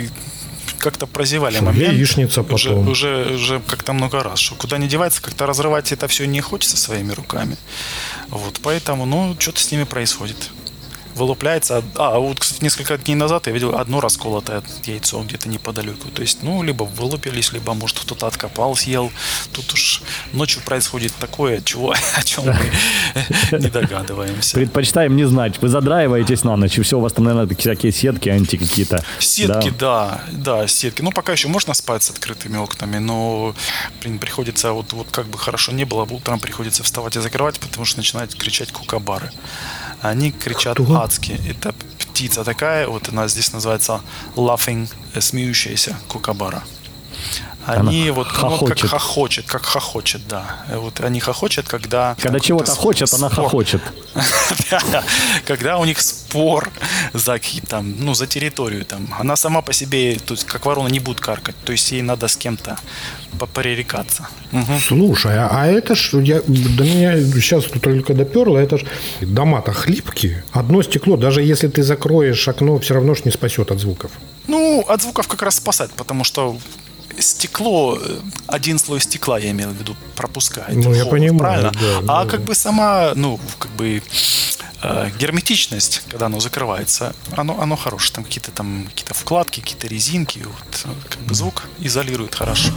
D: как-то прозевали момент.
B: Яичница потом.
D: Уже как-то много раз. Что куда не девается, как-то разрывать это все не хочется своими руками. Вот, поэтому, что-то с ними происходит. Вылупляется. Вот, кстати, несколько дней назад я видел одно расколотое яйцо где-то неподалеку. То есть, либо вылупились, либо, может, кто-то откопал, съел. Тут уж ночью происходит такое, о чем мы не догадываемся.
A: Предпочитаем не знать. Вы задраиваетесь на ночь, и все, у вас там, наверное, всякие сетки какие-то.
D: Сетки, да, сетки. Пока еще можно спать с открытыми окнами, но приходится, вот как бы хорошо не было, утром приходится вставать и закрывать, потому что начинают кричать кукабары. Они кричат адски. Это птица такая, вот она здесь называется laughing, смеющаяся кукабара. Они как хохочет, да. Вот они хохочет, когда
A: чего-то хочет, она хохочет.
D: Когда у них спор за за территорию там. Она сама по себе, то есть как ворона, не будет каркать. То есть ей надо с кем-то попререкаться.
B: Слушай, а это ж, до меня сейчас только доперло, это ж дома-то хлипкие. Одно стекло, даже если ты закроешь окно, все равно ж не спасет от звуков.
D: От звуков как раз спасать, потому что стекло, один слой стекла, я имею в виду, пропускает.
B: Я понимаю,
D: правильно?
B: да.
D: Как бы сама, герметичность, когда оно закрывается, оно хорошее. Там какие-то вкладки, какие-то резинки. Звук изолирует хорошо.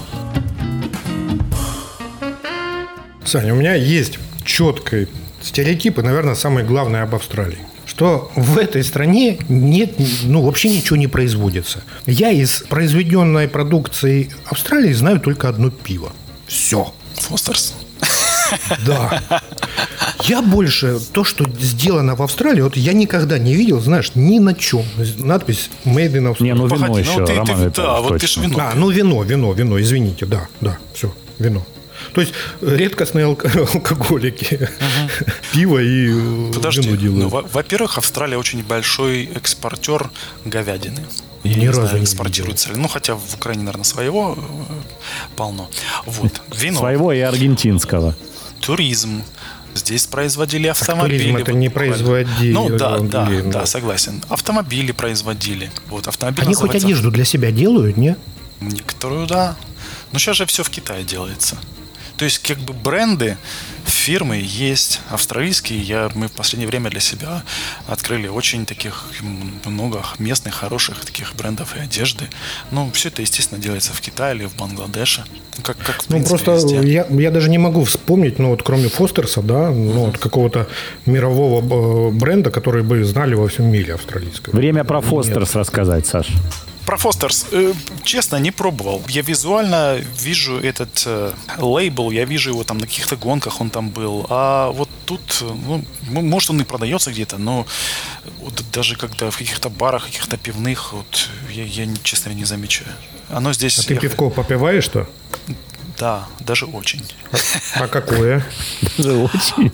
B: Саня, у меня есть четкий стереотип, и, наверное, самое главное об Австралии. Что в этой стране вообще ничего не производится. Я из произведенной продукции Австралии знаю только одно пиво. Все.
D: Фостерс.
B: Да. Я больше то, что сделано в Австралии, вот я никогда не видел, знаешь, ни на чем. Надпись Made in Australia.
A: Вино
D: Погоди,
A: еще, Роман,
D: ты ж вино.
B: Вино, извините, да, все, вино. То есть редкостные алкоголики. Пиво и вино делают.
D: Во-первых, Австралия очень большой экспортер говядины.
B: Ни разу не
D: экспортируется ли. Хотя в Украине, наверное, своего полно. Вот. Вино.
A: Своего и аргентинского.
D: Туризм. Здесь производили автомобили.
B: Туризм это не производили.
D: Да, согласен. Автомобили производили. Автомобиль
B: они хоть одежду для себя делают, не?
D: Некоторую, да. Но сейчас же все в Китае делается. То есть, как бы бренды, фирмы есть австралийские. Мы в последнее время для себя открыли очень таких много местных, хороших таких брендов и одежды. Ну, все это, естественно, делается в Китае или в Бангладеше. Как в принципе,
B: просто
D: везде.
B: я даже не могу вспомнить, ну, вот кроме Фостерса, да, ну, вот какого-то мирового бренда, который бы знали во всем мире австралийского.
A: Время про Фостерс рассказать, Саш.
D: Про Фостерс, честно, не пробовал. Я визуально вижу этот лейбл, я вижу его там на каких-то гонках, он там был. А вот тут, ну, может, он и продается где-то, но вот даже когда в каких-то барах, каких-то пивных, вот я честно, не замечаю. Оно здесь...
B: А ты пивко попиваешь-то?
D: Да, даже очень.
B: А какое?
A: Даже очень.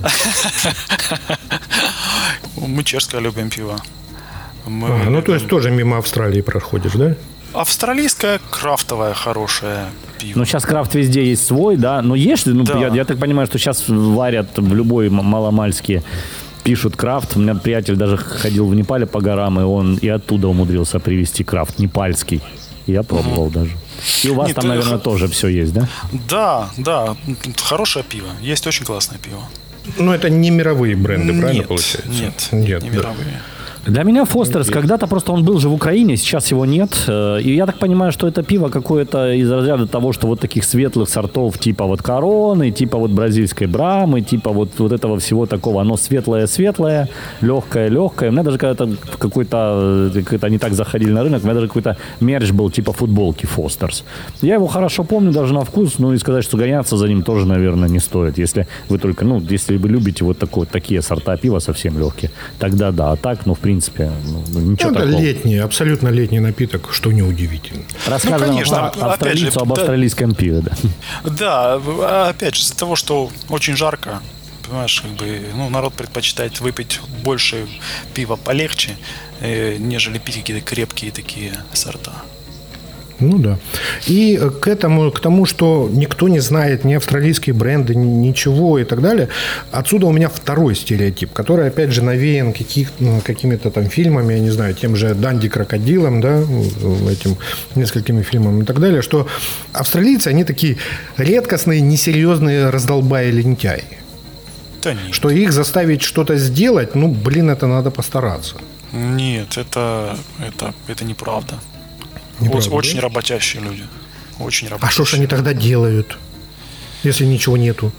D: Мы чешское любим пиво.
B: Ну, то есть тоже мимо Австралии проходишь, да?
D: Австралийское крафтовое хорошее пиво.
A: Ну, сейчас крафт везде есть свой, да. Но есть, ну,
D: Да.
A: я так понимаю, что сейчас варят в любой маломальски, пишут крафт. У меня приятель даже ходил в Непале по горам, и он и оттуда умудрился привезти крафт непальский. Я пробовал даже. И у вас
D: Нет,
A: там, наверное, тоже все есть, да?
D: Да, хорошее пиво. Есть очень классное пиво.
B: Ну, это не мировые бренды, правильно
D: Нет,
B: получается?
D: Нет,
B: да.
D: не мировые.
A: Для меня Фостерс когда-то просто он был же в Украине, сейчас его нет. И я так понимаю, что это пиво какое-то из разряда того, что вот таких светлых сортов типа вот Короны, типа вот бразильской Брамы, типа вот этого всего такого. Оно светлое-светлое, легкое-легкое. У меня даже когда-то когда они так заходили на рынок, у меня даже какой-то мерч был типа футболки Фостерс. Я его хорошо помню даже на вкус, ну и сказать, что гоняться за ним тоже, наверное, не стоит. Если вы только, ну, если вы любите вот такие сорта пива совсем легкие, тогда да. А так, ну, в принципе, ничего
B: Это
A: такого.
B: летний, абсолютно летний напиток, что неудивительно.
A: Рассказываем
D: конечно, опять же,
A: австралийцу об
D: да.
A: австралийском пиве, да.
D: Да, опять же, из-за того, что очень жарко, понимаешь, как бы, ну, народ предпочитает выпить больше пива полегче, нежели пить какие-то крепкие такие сорта.
B: Ну да. И к тому, что никто не знает ни австралийские бренды, ничего и так далее, отсюда у меня второй стереотип, который, опять же, навеян какими-то там фильмами, я не знаю, тем же «Данди Крокодилом», да, этим несколькими фильмами и так далее, что австралийцы, они такие редкостные, несерьезные раздолбаи лентяи.
D: Да нет.
B: Что их заставить что-то сделать, ну, блин, это надо постараться.
D: Нет, это неправда.
B: Неправда,
D: Очень
B: да?
D: работящие люди. Очень
B: А
D: работающие.
B: что ж они тогда делают, если ничего нету?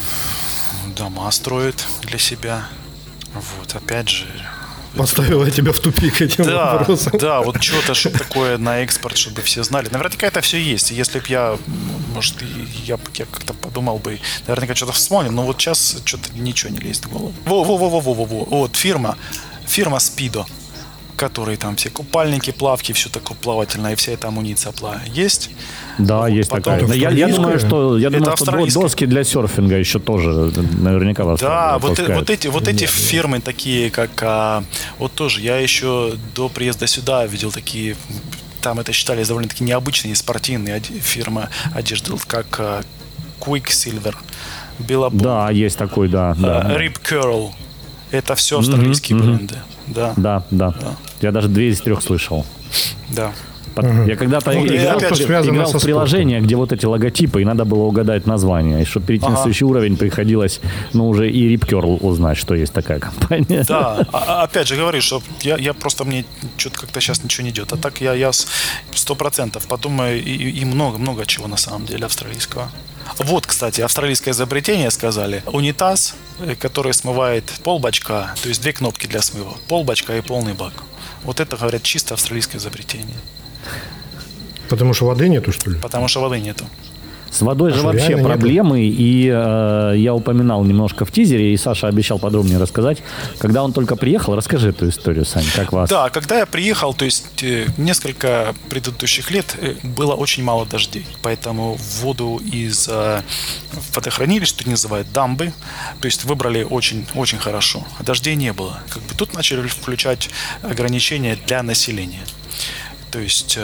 D: Дома строят для себя. Вот, опять же.
B: Поставила тебя в тупик этим вопросом.
D: Да, вот что-то, чтобы такое на экспорт, чтобы все знали. Наверняка это все есть. Если бы я, может, я как-то подумал бы, наверняка что-то вспомнил, но вот сейчас что-то ничего не лезет в голову. Во. Вот фирма Speedo, которые там все купальники, плавки, все такое плавательное, и вся эта амуниция есть.
A: Да,
D: Вот,
A: есть
D: потом-
A: такая. Я думаю, что
D: австралийская.
A: доски для серфинга еще тоже наверняка в
D: Да,
A: Австралии
D: вот
A: выпускают.
D: эти фирмы такие, как вот тоже, я еще до приезда сюда видел такие, там это считались довольно-таки необычные спортивные фирмы одежды, как Quicksilver, Billabong,
A: Да, есть такой, да.
D: Rip Curl. Это все австралийские бренды. Да.
A: Да. Я даже 2 из 3 слышал.
D: Да.
A: Я когда-то
B: Ну, и
A: играл,
B: опять же, связано
A: играл
B: со
A: в приложение, где вот эти логотипы, и надо было угадать название. И чтобы перейти на следующий уровень, приходилось, ну, уже и Rip Curl узнать, что есть такая компания.
D: Да, опять же говорю, что я просто, мне что-то как-то сейчас ничего не идет. А так я 100% подумаю и много чего на самом деле австралийского. Вот, кстати, австралийское изобретение сказали. Унитаз, который смывает полбачка, то есть 2 кнопки для смыва. Полбачка и полный бак. Вот это, говорят, чисто австралийское изобретение.
B: Потому что воды нету, что ли?
D: Потому что воды нету.
A: С водой же
B: что,
A: вообще
B: реально
A: проблемы, и я упоминал немножко в тизере, и Саша обещал подробнее рассказать. Когда он только приехал, расскажи эту историю, Сань, как вас?
D: Да, когда я приехал, то есть несколько предыдущих лет было очень мало дождей, поэтому воду из водохранилищ, что называют дамбы, то есть выбрали очень хорошо, а дождей не было. Как бы тут начали включать ограничения для населения, то есть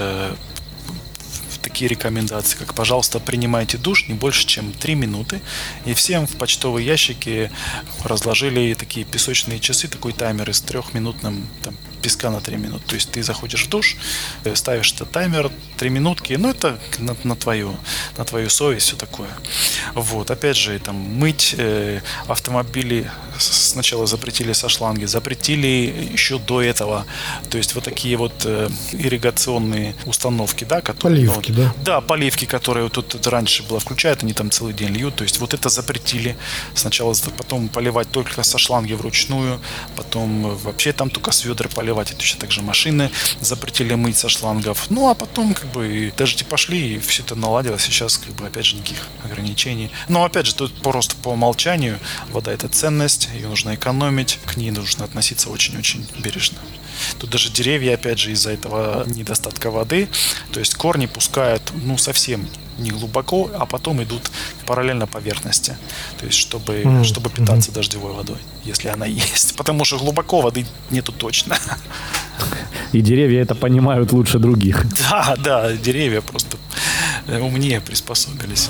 D: такие рекомендации, как, пожалуйста, принимайте душ не больше, чем 3 минуты. И всем в почтовые ящики разложили такие песочные часы, такой таймер с 3-минутным песка на 3 минуты. То есть ты заходишь в душ, ставишь этот таймер 3 минутки, ну это на твою совесть, все такое. Вот, опять же, там, мыть автомобили сначала запретили со шланги, запретили еще до этого. То есть вот такие вот ирригационные установки, да, которые...
B: Поливки, да?
D: Да, поливки, которые вот тут раньше было включают, они там целый день льют. То есть вот это запретили. Сначала, потом поливать только со шланги вручную, потом вообще там только с ведра поливать. И точно так же машины запретили мыть со шлангов. Ну, а потом как бы дожди пошли, и все это наладилось. Сейчас как бы опять же никаких ограничений. Но опять же, тут просто по умолчанию вода — это ценность, ее нужно экономить, к ней нужно относиться очень-очень бережно. Тут даже деревья, опять же, из-за этого недостатка воды, то есть корни пускают, ну, совсем не глубоко, а потом идут параллельно поверхности, то есть чтобы питаться дождевой водой, если она есть, потому что глубоко воды нету точно.
A: И деревья это понимают лучше других.
D: Да, деревья просто умнее приспособились.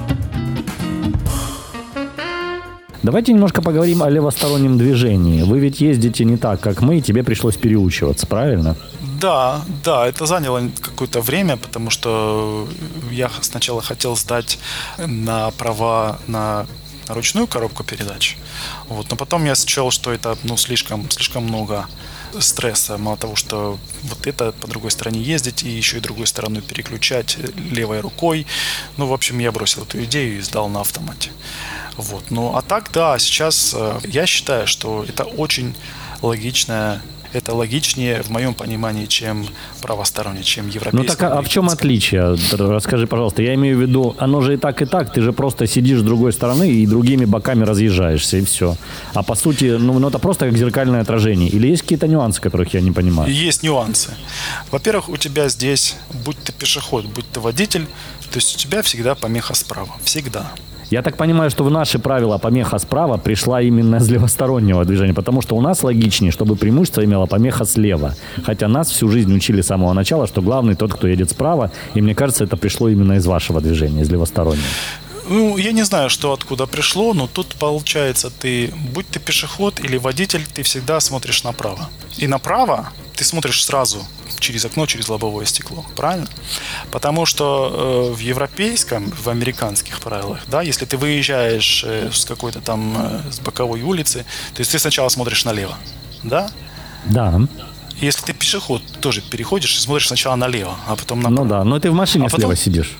A: Давайте немножко поговорим о левостороннем движении. Вы ведь ездите не так, как мы, и тебе пришлось переучиваться, правильно?
D: Да, это заняло какое-то время, потому что я сначала хотел сдать на права на ручную коробку передач. Вот, но потом я счел, что это слишком много стресса. Мало того, что вот это по другой стороне ездить и еще и другой стороной переключать левой рукой. Ну, в общем, я бросил эту идею и сдал на автомате. Вот. Ну, а так, да, сейчас я считаю, что это очень логичное. Это логичнее, в моем понимании, чем правостороннее, чем европейское.
A: Ну так а в чем отличие? Расскажи, пожалуйста. Я имею в виду, оно же и так, ты же просто сидишь с другой стороны и другими боками разъезжаешься, и все. А по сути, это просто как зеркальное отражение. Или есть какие-то нюансы, которых я не понимаю?
D: Есть нюансы. Во-первых, у тебя здесь, будь ты пешеход, будь ты водитель, то есть у тебя всегда помеха справа. Всегда.
A: Я так понимаю, что в наши правила помеха справа пришла именно из левостороннего движения, потому что у нас логичнее, чтобы преимущество имела помеха слева. Хотя нас всю жизнь учили с самого начала, что главный тот, кто едет справа, и мне кажется, это пришло именно из вашего движения, из левостороннего.
D: Ну, я не знаю, что откуда пришло, но тут получается, будь ты пешеход или водитель, ты всегда смотришь направо. И направо ты смотришь сразу через окно, через лобовое стекло, правильно? Потому что в европейском, в американских правилах, да, если ты выезжаешь с какой-то там с боковой улицы, то есть ты сначала смотришь налево, да?
A: Да.
D: Если ты пешеход, тоже переходишь и смотришь сначала налево, а потом направо.
A: Ну да, но ты в машине слева сидишь.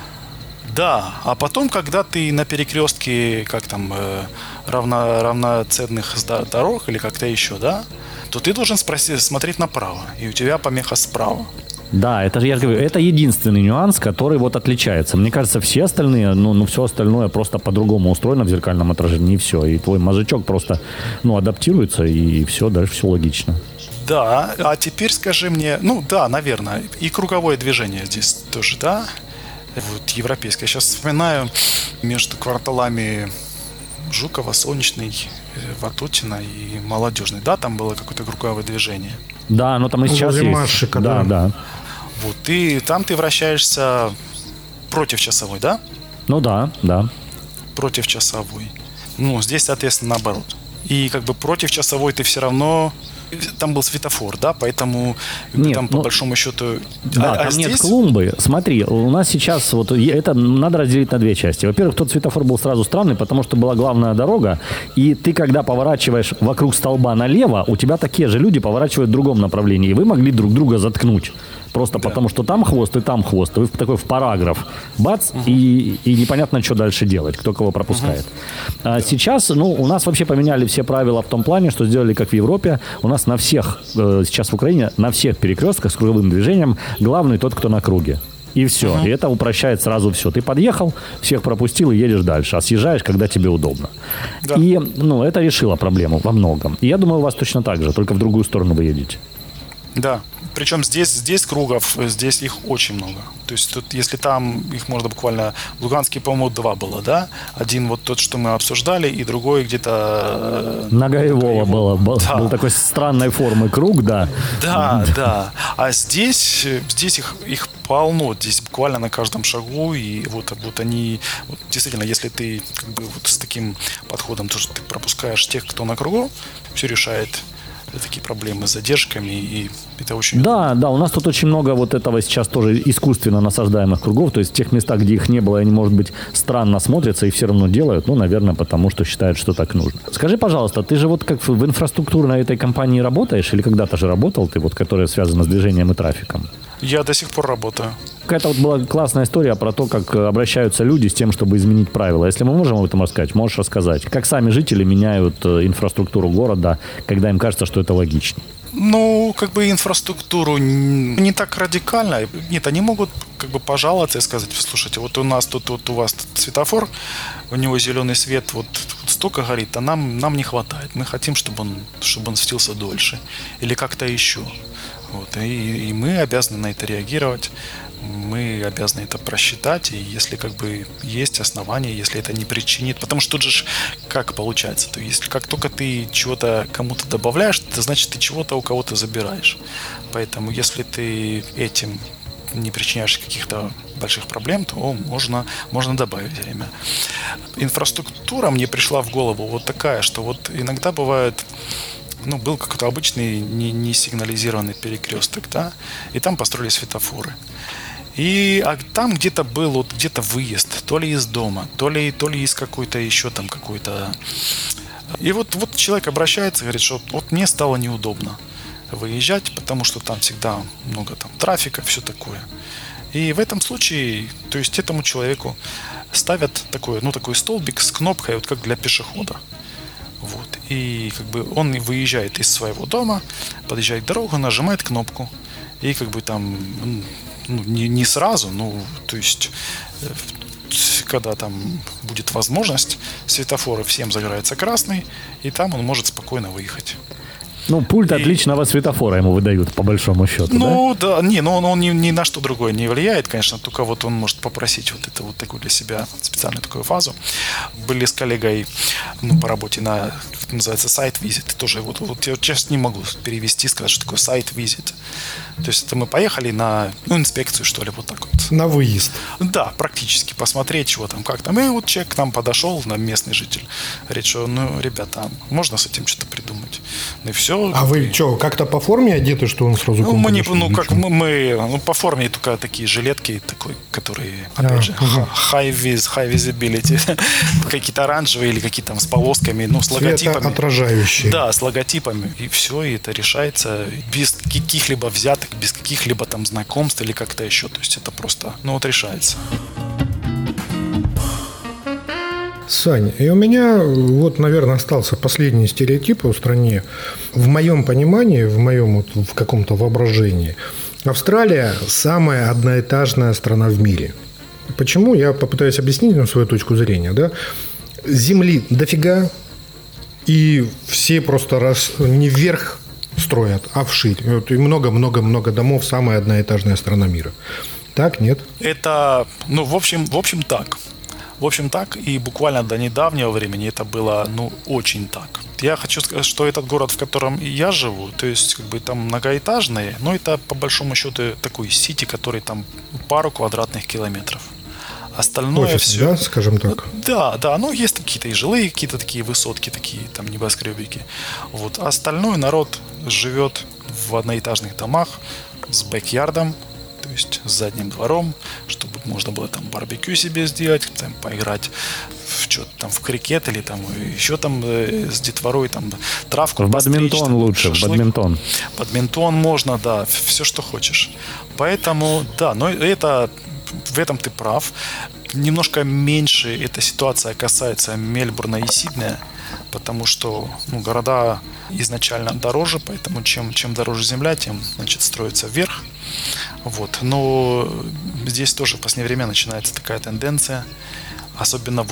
D: Да, а потом, когда ты на перекрестке, как там, равноценных дорог или как-то еще, да, то ты должен смотреть направо, и у тебя помеха справа.
A: Да, это же, я говорю, это единственный нюанс, который вот отличается. Мне кажется, все остальные, все остальное просто по-другому устроено в зеркальном отражении, и все. И твой мозжечок просто, адаптируется, и все, дальше все логично.
D: Да, а теперь скажи мне, да, наверное, и круговое движение здесь тоже, да? Вот европейское. Я сейчас вспоминаю между кварталами Жукова, Солнечный, Ватутина и Молодежный. Да, там было какое-то круговое движение.
A: Да, оно там и сейчас есть.
B: Маршика,
A: да.
D: Вот, там ты вращаешься против часовой, да?
A: Ну да.
D: Против часовой. Здесь, соответственно, наоборот. И как бы против часовой ты все равно... Там был светофор, да, поэтому
A: нет,
D: там по большому счету...
A: Да, там здесь... нет клумбы. Смотри, у нас сейчас это надо разделить на две части. Во-первых, тот светофор был сразу странный, потому что была главная дорога, и ты, когда поворачиваешь вокруг столба налево, у тебя такие же люди поворачивают в другом направлении, и вы могли друг друга заткнуть. Просто потому, что там хвост и там хвост. Вы такой в параграф. Бац, и непонятно, что дальше делать, кто кого пропускает. А сейчас, у нас вообще поменяли все правила в том плане, что сделали как в Европе. У нас на всех, сейчас в Украине, на всех перекрестках с круговым движением главный тот, кто на круге. И все. И это упрощает сразу все. Ты подъехал, всех пропустил и едешь дальше. А съезжаешь, когда тебе удобно. Да. И это решило проблему во многом. И я думаю, у вас точно так же, только в другую сторону вы едете.
D: Да. Причем здесь кругов, здесь их очень много. То есть тут, если там их можно буквально... В Луганске, по-моему, 2 было, да? Один вот тот, что мы обсуждали, и другой где-то...
A: На Гаевого был такой странной формы круг, да.
D: Да. А здесь их полно. Здесь буквально на каждом шагу. И вот они... Вот, действительно, если ты как бы вот с таким подходом, то, что ты пропускаешь тех, кто на кругу, все решает такие проблемы с задержками, и это очень...
A: Да, у нас тут очень много вот этого сейчас тоже искусственно насаждаемых кругов, то есть в тех местах, где их не было, они, может быть, странно смотрятся и все равно делают, наверное, потому что считают, что так нужно. Скажи, пожалуйста, ты же вот как в инфраструктурной этой компании работаешь, или когда-то же работал ты, вот, которая связана с движением и трафиком?
D: Я до сих пор работаю.
A: Какая-то вот была классная история про то, как обращаются люди с тем, чтобы изменить правила. Если мы можем об этом рассказать, можешь рассказать. Как сами жители меняют инфраструктуру города, когда им кажется, что это логичнее?
D: Инфраструктуру не так радикально. Нет, они могут пожаловаться и сказать: слушайте, вот у нас тут у вас тут светофор, у него зеленый свет вот столько горит, а нам не хватает. Мы хотим, чтобы он светился дольше. Или как-то еще. Вот, и мы обязаны на это реагировать, мы обязаны это просчитать, и если есть основания, если это не причинит, потому что тут же как получается, то есть как только ты чего-то кому-то добавляешь, это значит, ты чего-то у кого-то забираешь. Поэтому если ты этим не причиняешь каких-то больших проблем, то можно добавить время. Инфраструктура мне пришла в голову вот такая, что вот иногда бывает... был какой-то обычный не сигнализированный перекресток, да, и там построили светофоры. А там где-то был где-то выезд, то ли из дома, то ли из какой-то еще там какой-то... И вот человек обращается и говорит, что вот мне стало неудобно выезжать, потому что там всегда много там трафика, все такое. И в этом случае, то есть этому человеку ставят такой столбик с кнопкой, вот как для пешехода. Вот. И он выезжает из своего дома, подъезжает к дорогу, нажимает кнопку. И там не сразу, то есть когда там будет возможность, светофоры всем загорается красный, и там он может спокойно выехать.
A: Пульт отличного светофора ему выдают, по большому счету, да?
D: Он ни на что другое не влияет, конечно, только вот он может попросить такую для себя специальную такую фазу. Были с коллегой по работе на, как называется, сайт-визит. Тоже я сейчас не могу перевести, сказать, что такое сайт-визит. То есть это мы поехали на инспекцию, что ли, вот так вот.
B: На выезд.
D: Да, практически, посмотреть, чего там, как там. И вот человек к нам подошел, местный житель, говорит, что, ребята, можно с этим что-то придумать. И все.
B: А вы что, как-то по форме одеты, что он сразу...
D: Мы по форме только такие жилетки, которые, опять же, high visibility, какие-то оранжевые или какие-то там с полосками, с логотипами.
B: Отражающие.
D: Да, с логотипами. И все, и это решается без каких-либо взяток, без каких-либо там знакомств или как-то еще. То есть это просто, решается.
B: Сань, и у меня наверное, остался последний стереотип о стране. В моем понимании, в моем в каком-то воображении, Австралия – самая одноэтажная страна в мире. Почему? Я попытаюсь объяснить свою точку зрения. Да? Земли дофига, и все просто не вверх строят, а вширь. И много-много-много домов, самая одноэтажная страна мира. Так, нет?
D: Это, в общем, так. В общем, так, и буквально до недавнего времени это было, очень так. Я хочу сказать, что этот город, в котором я живу, то есть, там многоэтажный, но это, по большому счету, такой сити, который там пару квадратных километров. Остальное
B: офис,
D: все...
B: да, скажем так?
D: Да, есть какие-то и жилые, какие-то такие высотки, такие там небоскребики. Вот. А остальной народ живет в одноэтажных домах с бэк-ярдом, то есть с задним двором, чтобы можно было там барбекю себе сделать, там поиграть в что-то там в крикет или там еще там с детворой там травку.
A: В бадминтон там, лучше, шашлык. В бадминтон.
D: Бадминтон можно, да, все, что хочешь. Поэтому, да, но это в этом ты прав. Немножко меньше эта ситуация касается Мельбурна и Сиднея, потому что города изначально дороже, поэтому чем дороже земля, тем, строится вверх. Вот. Но здесь тоже в последнее время начинается такая тенденция, особенно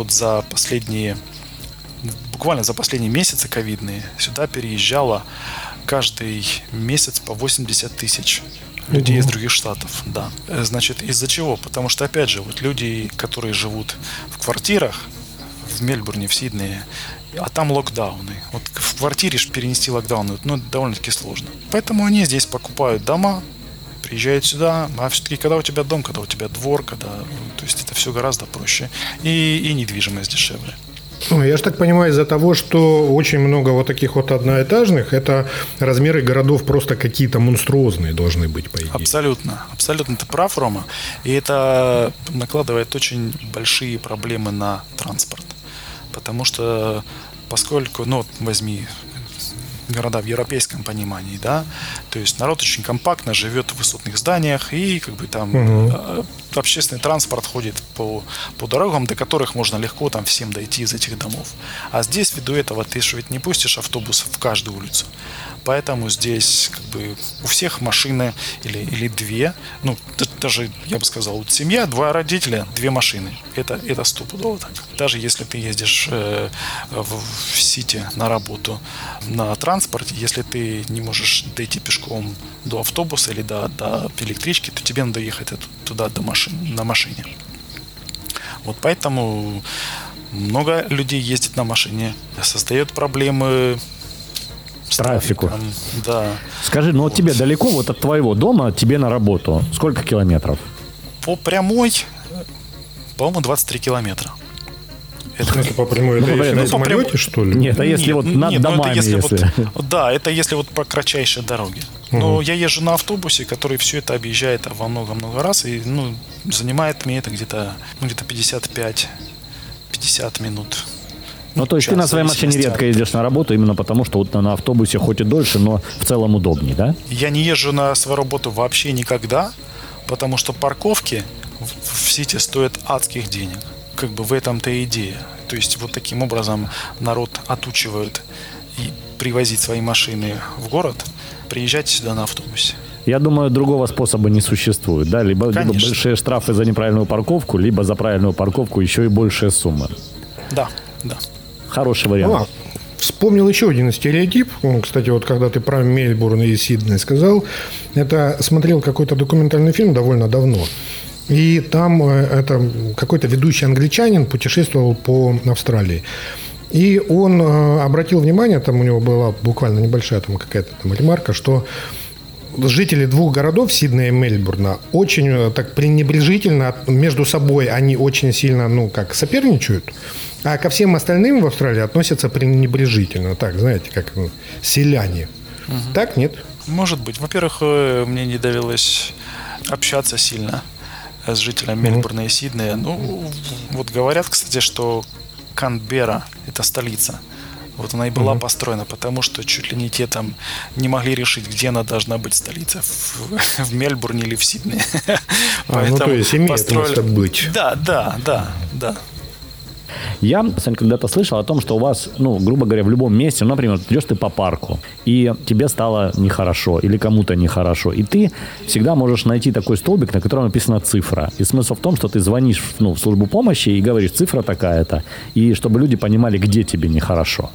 D: буквально за последние месяцы ковидные, сюда переезжало каждый месяц по 80 тысяч людей из других штатов, да. Значит, из-за чего? Потому что, опять же, люди, которые живут в квартирах в Мельбурне, в Сиднее, а там локдауны. Вот в квартире перенести локдауны, довольно-таки сложно. Поэтому они здесь покупают дома, приезжают сюда, а все-таки когда у тебя дом, когда у тебя двор, то есть это все гораздо проще. И недвижимость дешевле.
B: Ну, я же так понимаю, из-за того, что очень много вот таких вот одноэтажных, это размеры городов просто какие-то монструозные должны быть, по идее.
D: Абсолютно. Абсолютно ты прав, Рома. И это накладывает очень большие проблемы на транспорт. Потому что, поскольку, ну, возьми города в европейском понимании, да, то есть народ очень компактно живет в высотных зданиях, и как бы там общественный транспорт ходит по дорогам, до которых можно легко там всем дойти из этих домов. А здесь, ввиду этого, ты же ведь не пустишь автобус в каждую улицу. Поэтому здесь как бы у всех машины или две, ну, даже, я бы сказал, вот семья, 2 родителя, 2 машины. Это стопудово так. Даже если ты ездишь в Сити на работу на транспорте, если ты не можешь дойти пешком до автобуса или до электрички, то тебе надо ехать туда на машине. Вот поэтому много людей ездит на машине, создает проблемы с
A: Трафику.
D: Да.
A: Скажи, ну вот тебе далеко вот от твоего дома, тебе на работу? Сколько километров?
D: По прямой, по-моему, 23 километра.
B: В смысле, по прямой, это если на самолете, что ли?
A: Нет, а если вот над домами, если...
D: Да, это если вот по кратчайшей дороге. Но я езжу на автобусе, который все это объезжает во много-много раз, и занимает мне это где-то 55-50 минут.
A: Ну, то есть ты на своей машине редко ездишь на работу именно потому, что вот на автобусе хоть и дольше, но в целом удобнее, да?
D: Я не езжу на свою работу вообще никогда, потому что парковки в Сити стоят адских денег. Как бы в этом-то и идея. То есть вот таким образом народ отучивает и привозить свои машины в город, приезжайте сюда на автобусе.
A: Я думаю, другого способа не существует, да? Либо большие штрафы за неправильную парковку, либо за правильную парковку еще и большие суммы.
D: Да.
A: Хороший вариант.
B: Вспомнил еще один стереотип. Кстати, вот когда ты про Мельбурн и Сидней сказал, это смотрел какой-то документальный фильм довольно давно. И там это какой-то ведущий англичанин путешествовал по Австралии. И он обратил внимание, там у него была буквально небольшая там какая-то там ремарка, что жители 2 городов, Сиднея и Мельбурна, очень так пренебрежительно между собой, они очень сильно, соперничают, а ко всем остальным в Австралии относятся пренебрежительно. Так, знаете, как селяне. Так, нет?
D: Может быть. Во-первых, мне не довелось общаться сильно с жителями Мельбурна и Сиднея. Вот говорят, кстати, что Канберра – это столица. Вот она и была построена, потому что чуть ли не те там не могли решить, где она должна быть столица, в Мельбурне или в Сиднее.
B: То есть имеет место быть.
D: Да.
A: Я, Сань, когда-то слышал о том, что у вас, грубо говоря, в любом месте, например, идешь ты по парку, и тебе стало нехорошо, или кому-то нехорошо, и ты всегда можешь найти такой столбик, на котором написана цифра. И смысл в том, что ты звонишь в службу помощи и говоришь, цифра такая-то, и чтобы люди понимали, где тебе нехорошо.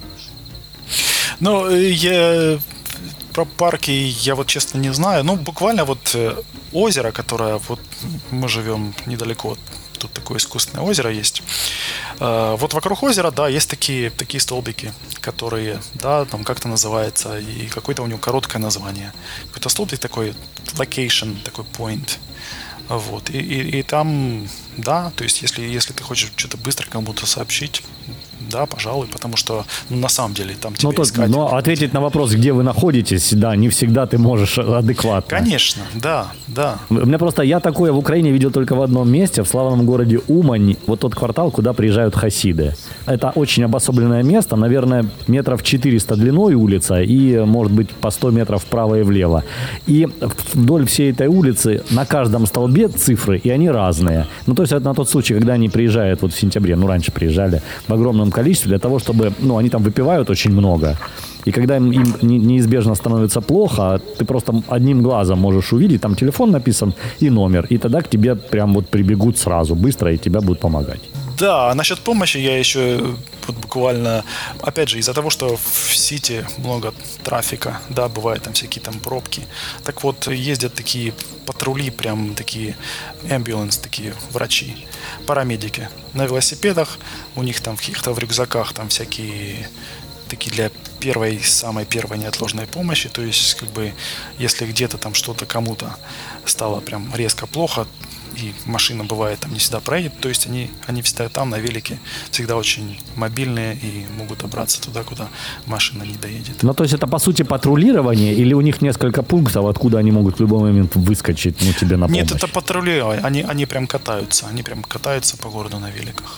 D: Я про парки я вот честно не знаю. Буквально вот озеро, которое вот мы живем недалеко, тут такое искусственное озеро есть. Вот вокруг озера, да, есть такие столбики, которые, да, там как-то называется, и какое-то у него короткое название. Какой-то столбик такой, location, такой point. Вот. И там, да, то есть если ты хочешь что-то быстро кому-то сообщить, да, пожалуй, потому что на самом деле там тебя искать.
A: Но ответить на вопрос, где вы находитесь, да, не всегда ты можешь адекватно.
D: Конечно, да.
A: У меня просто, я такое в Украине видел только в одном месте, в славном городе Умань, вот тот квартал, куда приезжают хасиды. Это очень обособленное место, наверное, метров 400 длиной улица и, может быть, по 100 метров вправо и влево. И вдоль всей этой улицы на каждом столбе цифры, и они разные. То есть это на тот случай, когда они приезжают вот в сентябре, раньше приезжали в огромном количестве для того, чтобы, они там выпивают очень много. И когда им неизбежно становится плохо, ты просто одним глазом можешь увидеть, там телефон написан и номер, и тогда к тебе прям вот прибегут сразу, быстро, и тебя будут помогать.
D: Да, а насчет помощи я еще вот буквально, опять же, из-за того, что в Сити много трафика, да, бывают там всякие там пробки, так вот ездят такие патрули, прям такие ambulance, такие врачи, парамедики на велосипедах, у них там в каких-то в рюкзаках там всякие такие для самой первой неотложной помощи, то есть как бы если где-то там что-то кому-то стало прям резко плохо, и машина бывает там не всегда проедет, то есть они всегда там на велике, всегда очень мобильные и могут добраться туда, куда машина не доедет.
A: Ну, то есть это, по сути, патрулирование, или у них несколько пунктов, откуда они могут в любой момент выскочить, ну, тебе на помощь?
D: Нет, это патрулирование, они прям катаются по городу на великах.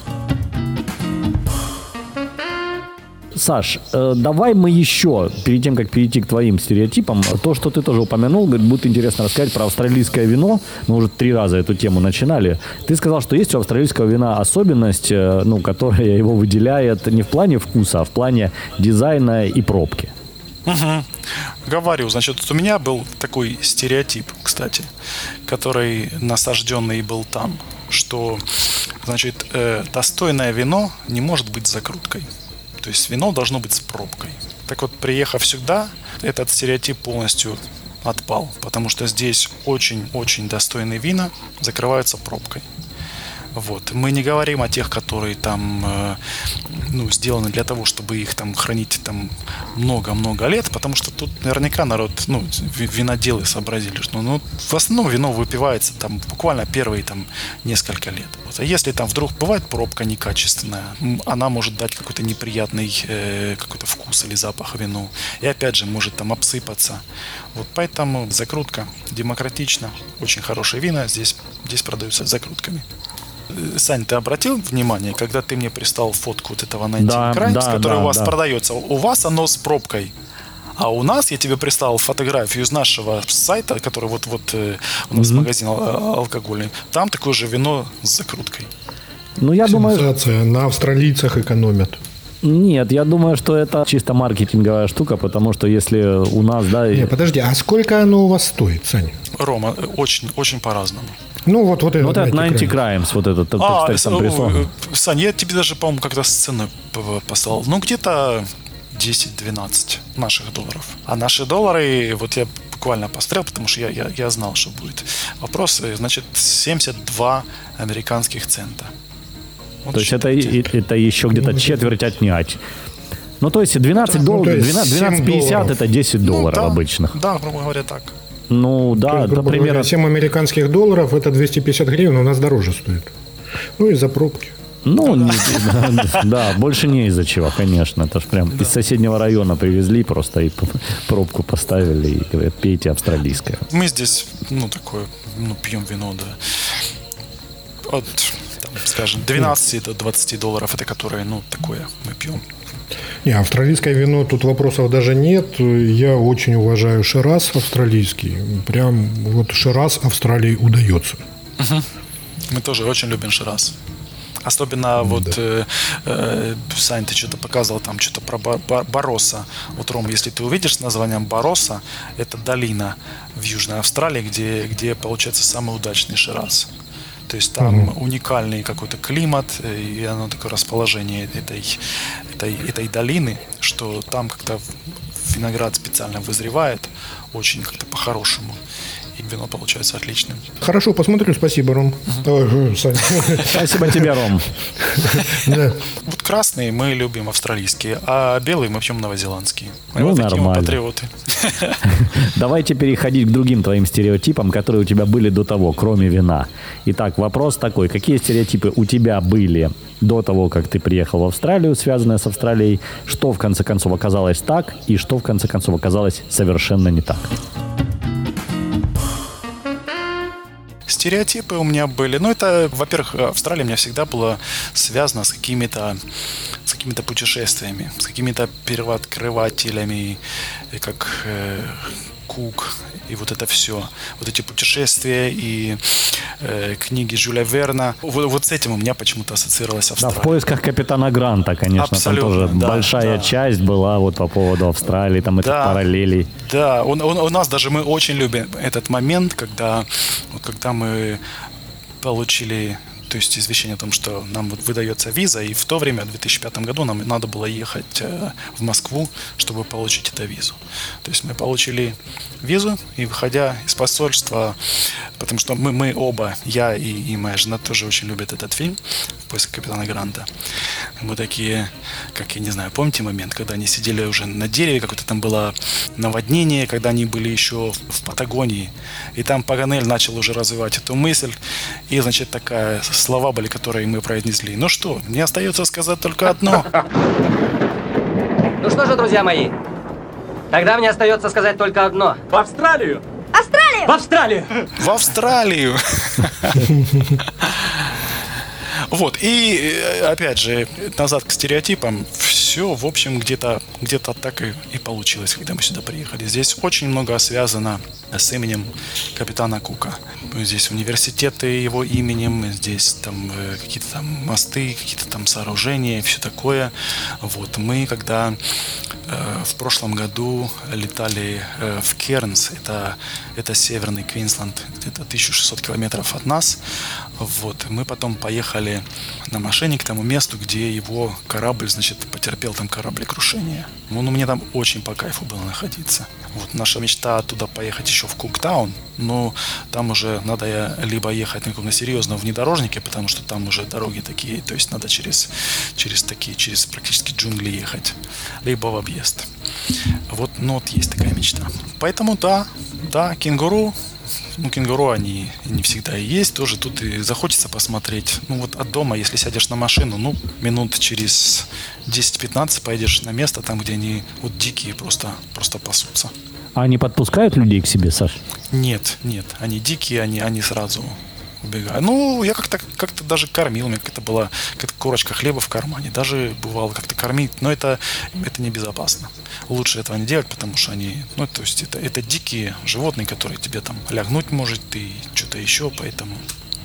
A: Саш, давай мы еще, перед тем, как перейти к твоим стереотипам, то, что ты тоже упомянул, говорит, будет интересно рассказать про австралийское вино. Мы уже 3 раза эту тему начинали. Ты сказал, что есть у австралийского вина особенность, ну, которая его выделяет не в плане вкуса, а в плане дизайна и пробки.
D: Угу. Говорю, значит, у меня был такой стереотип, кстати, который насажденный был там, что, значит, достойное вино не может быть закруткой. То есть вино должно быть с пробкой. Так вот, приехав сюда, этот стереотип полностью отпал, потому что здесь очень-очень достойные вина закрываются пробкой. Вот. Мы не говорим о тех, которые там сделаны для того, чтобы их там хранить там много-много лет, потому что тут наверняка народ, виноделы сообразили, что в основном вино выпивается там буквально первые там несколько лет. Вот. А если там вдруг бывает пробка некачественная, она может дать какой-то неприятный какой-то вкус или запах вину, и опять же может там обсыпаться. Вот поэтому закрутка демократична, очень хорошие вина здесь продаются с закрутками. Сань, ты обратил внимание, когда ты мне прислал фотку вот этого 19 Crimes, который у вас продается, у вас оно с пробкой, а у нас, я тебе прислал фотографию из нашего сайта, который вот у нас магазин алкогольный, там такое же вино с закруткой.
A: Ну, я думаю...
B: На австралийцах экономят.
A: Нет, я думаю, что это чисто маркетинговая штука, потому что если у нас, да...
B: Не, подожди, а сколько оно у вас стоит, Саня?
D: Рома, очень по-разному.
B: Вот этот
A: 90 Crimes, вот этот, кстати, там прислал.
D: Сань, я тебе даже, по-моему, когда сцену послал. Где-то 10-12 наших долларов. А наши доллары, вот я буквально посмотрел, потому что я знал, что будет вопрос. Значит, 72 американских цента. Вот
A: то есть это еще где-то четверть отнять. Ну, то есть 12 долларов, 12,50 это 10 долларов обычных.
D: Да, грубо говоря, так.
A: Ну, да,
B: есть,
A: это примерно...
B: 7 американских долларов, это 250 гривен, у нас дороже стоит. Из-за пробки.
A: Да, больше не из-за чего, конечно. Это ж прям из соседнего района привезли просто и пробку поставили и говорят, пейте австралийское.
D: Мы здесь, пьем вино, да. От, скажем, 12 до 20 долларов, это которое, такое мы пьем.
B: Не, австралийское вино, тут вопросов даже нет. Я очень уважаю Шираз австралийский. Прям Шираз Австралии удается.
D: Угу. Мы тоже очень любим Шираз. Особенно Сань, ты что-то показывал там что-то про Бароса. Вот, Ром, если ты увидишь с названием Бароса, это долина в Южной Австралии, где получается самый удачный Шираз. То есть там уникальный какой-то климат, и оно такое расположение этой долины, что там как-то виноград специально вызревает очень как-то по-хорошему. И вино получается отличным.
B: Хорошо, посмотрю. Спасибо, Ром.
A: Спасибо тебе, Ром.
D: Вот красные мы любим австралийские, а белые мы пьем новозеландские.
A: Вот такие мы
D: патриоты.
A: Давайте переходить к другим твоим стереотипам, которые у тебя были до того, кроме вина. Итак, вопрос такой. Какие стереотипы у тебя были до того, как ты приехал в Австралию, связанные с Австралией? Что, в конце концов, оказалось так, и что, в конце концов, оказалось совершенно не так?
D: Стереотипы у меня были. Это, во-первых, Австралия у меня всегда была связана с какими-то путешествиями, с какими-то первооткрывателями, как Кук и вот это все. Вот эти путешествия и книги Жюля Верна. Вот с этим у меня почему-то ассоциировалась Австралия.
A: Да, в поисках капитана Гранта, конечно.
D: Абсолютно,
A: там тоже большая часть была по поводу Австралии, там этих параллелей.
D: Да, у нас даже мы очень любим этот момент, когда мы получили то есть извещение о том, что нам вот выдается виза, и в то время, в 2005 году, нам надо было ехать в Москву, чтобы получить эту визу. То есть мы получили визу, и выходя из посольства, потому что мы оба, я и моя жена тоже очень любят этот фильм «В поисках капитана Гранта». Мы такие, как я не знаю, помните момент, когда они сидели уже на дереве, какое-то там было наводнение, когда они были еще в Патагонии, и там Паганель начал уже развивать эту мысль, и, значит, такая слова были, которые мы произнесли. Ну что, мне остается сказать только одно.
F: Ну что же, друзья мои, тогда мне остается сказать только одно. В Австралию!
G: Австралию!
F: В Австралию!
D: В Австралию! Вот, и опять же, назад к стереотипам, все, в общем, где-то так и получилось, когда мы сюда приехали. Здесь очень много связано с именем капитана Кука. Здесь университеты его именем, здесь там какие-то там мосты, какие-то там сооружения, все такое. Вот, мы когда в прошлом году летали в Кернс, это северный Квинсленд, где-то 1600 километров от нас. Вот, мы потом поехали на машине к тому месту, где его корабль, значит, потерпел там кораблекрушение. Ну, мне там очень по кайфу было находиться. Вот, наша мечта оттуда поехать еще в Куктаун, но там уже надо либо ехать на каком-то серьезном внедорожнике, потому что там уже дороги такие, то есть надо через практически джунгли ехать, либо в объезд. Вот, ну, вот есть такая мечта. Поэтому да, кенгуру. Ну, кенгуру они не всегда и есть, тоже тут и захочется посмотреть. Ну, вот от дома, если сядешь на машину, ну, минут через 10-15 поедешь на место, там, где они вот дикие просто пасутся.
A: А они подпускают людей к себе, Саш?
D: Нет, они дикие, они сразу убегают. Ну, я как-то даже кормил, у меня как-то была корочка хлеба в кармане, даже бывало как-то кормить, но это небезопасно. Лучше этого не делать, потому что они, ну, то есть это дикие животные, которые тебе там лягнуть может и что-то еще, поэтому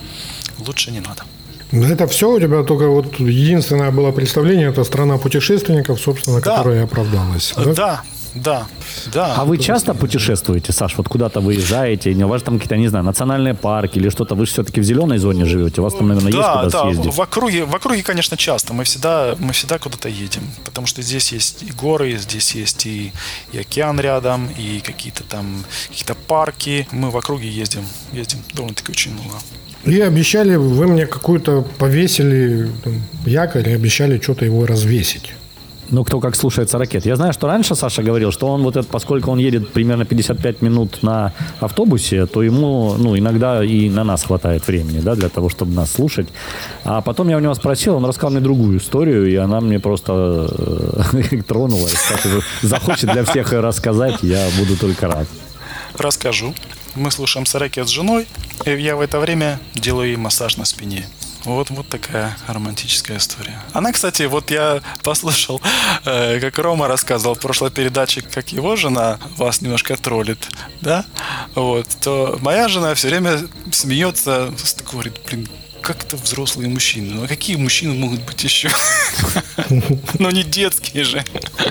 D: лучше не надо.
B: Это все у тебя только вот единственное было представление, это страна путешественников, собственно,
D: Да.
B: которая оправдалась.
D: Да.
A: А вы часто путешествуете, Саш? Вот куда-то выезжаете? У вас там какие-то, не знаю, национальные парки или что-то? Вы же все-таки в зеленой зоне живете. У вас там, наверное, есть куда съездить?
D: В округе, конечно, часто. Мы всегда куда-то едем. Потому что здесь есть и горы, здесь есть и океан рядом, и какие-то парки. Мы в округе ездим довольно-таки очень много.
B: И обещали, вы мне какую-то повесили там, якорь и обещали что-то его развесить.
A: Ну, кто как слушается ракет. Я знаю, что раньше Саша говорил, что он поскольку он едет примерно 55 минут на автобусе, то ему, иногда и на нас хватает времени, да, для того, чтобы нас слушать. А потом я у него спросил, он рассказал мне другую историю, и она мне просто тронула. Если захочет для всех ее рассказать, я буду только рад.
D: Расскажу. Мы слушаем «Сорокет» с женой, и я в это время делаю ей массаж на спине. Вот такая романтическая история. Она, кстати, вот я послушал, как Рома рассказывал в прошлой передаче, как его жена вас немножко троллит, да? Вот, то моя жена все время смеется, говорит, блин, как это взрослые мужчины? Ну, а какие мужчины могут быть еще? Ну, не детские же.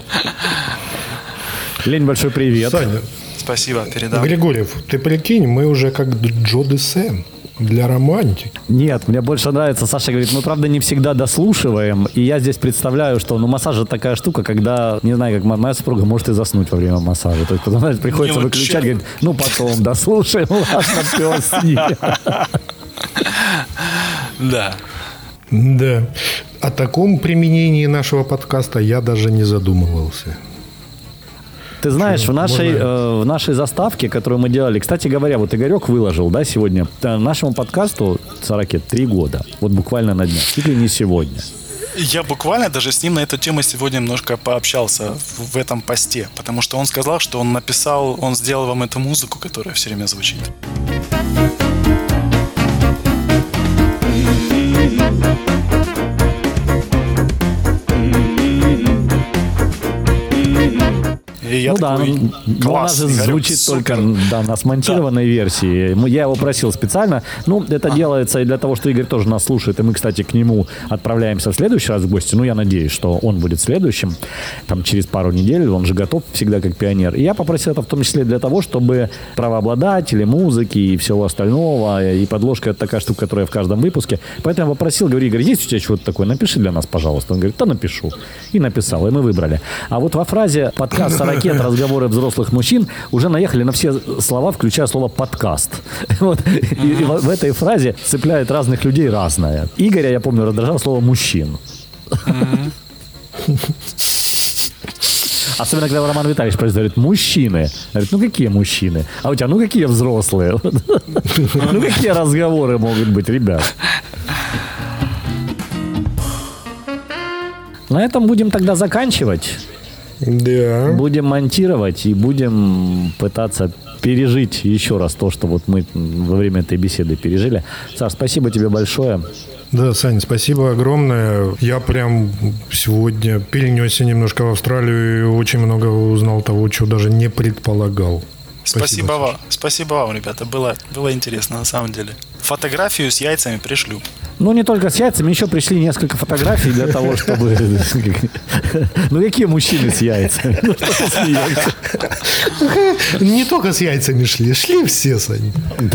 A: Лень, большой привет.
B: Саня,
D: Спасибо, передам.
B: Григорьев, ты прикинь, мы уже как Джо Дассен. Для романтики.
A: Нет, мне больше нравится, Саша говорит, мы, правда, не всегда дослушиваем, и я здесь представляю, что, массаж же такая штука, когда, не знаю, как моя супруга может и заснуть во время массажа. То есть потом, знаешь, приходится выключать, говорит, потом дослушаем, ладно, пес с ним.
D: Да.
B: Да. О таком применении нашего подкаста я даже не задумывался.
A: Ты знаешь, в нашей заставке, которую мы делали, кстати говоря, вот Игорек выложил, да, сегодня, нашему подкасту «Сорокет» 3 года, вот буквально на днях, чуть ли не сегодня.
D: Я буквально даже с ним на эту тему сегодня немножко пообщался в этом посте, потому что он сказал, что он сделал вам эту музыку, которая все время звучит. И я такой,
A: но у нас же
D: классный,
A: звучит
D: супер.
A: только на смонтированной версии. Я его просил специально. Ну, это делается и для того, что Игорь тоже нас слушает, и мы, кстати, к нему отправляемся в следующий раз в гости. Ну, я надеюсь, что он будет следующим, там, через пару недель, он же готов всегда как пионер. И я попросил это в том числе для того, чтобы правообладатели, музыки и всего остального, и подложка — это такая штука, которая в каждом выпуске. Поэтому я попросил, говорю, Игорь, есть у тебя что-то такое? Напиши для нас, пожалуйста. Он говорит, да напишу. И написал, и мы выбрали. А вот во фразе «подкаст «Сорокет. Разговоры взрослых мужчин» уже наехали на все слова, включая слово «подкаст». Вот. И в этой фразе цепляет разных людей разное. Игоря, я помню, раздражало слово «мужчин». Особенно, когда Роман Витальевич говорит «мужчины». Говорит, ну какие мужчины? А у тебя, ну какие взрослые? Ну какие разговоры могут быть, ребят? На этом будем тогда заканчивать.
B: Да.
A: Будем монтировать и будем пытаться пережить еще раз то, что вот мы во время этой беседы пережили. Саш, спасибо тебе большое.
B: Да, Саня, спасибо огромное. Я прям сегодня перенесся немножко в Австралию и очень много узнал того, чего даже не предполагал.
D: Спасибо вам. Спасибо вам, ребята. Было интересно, на самом деле. Фотографию с яйцами пришлю.
A: Ну, не только с яйцами, еще пришли несколько фотографий для того, чтобы... Ну, какие мужчины с яйцами? Ну, что ты смеешься?
B: Не только с яйцами шли все, Саня.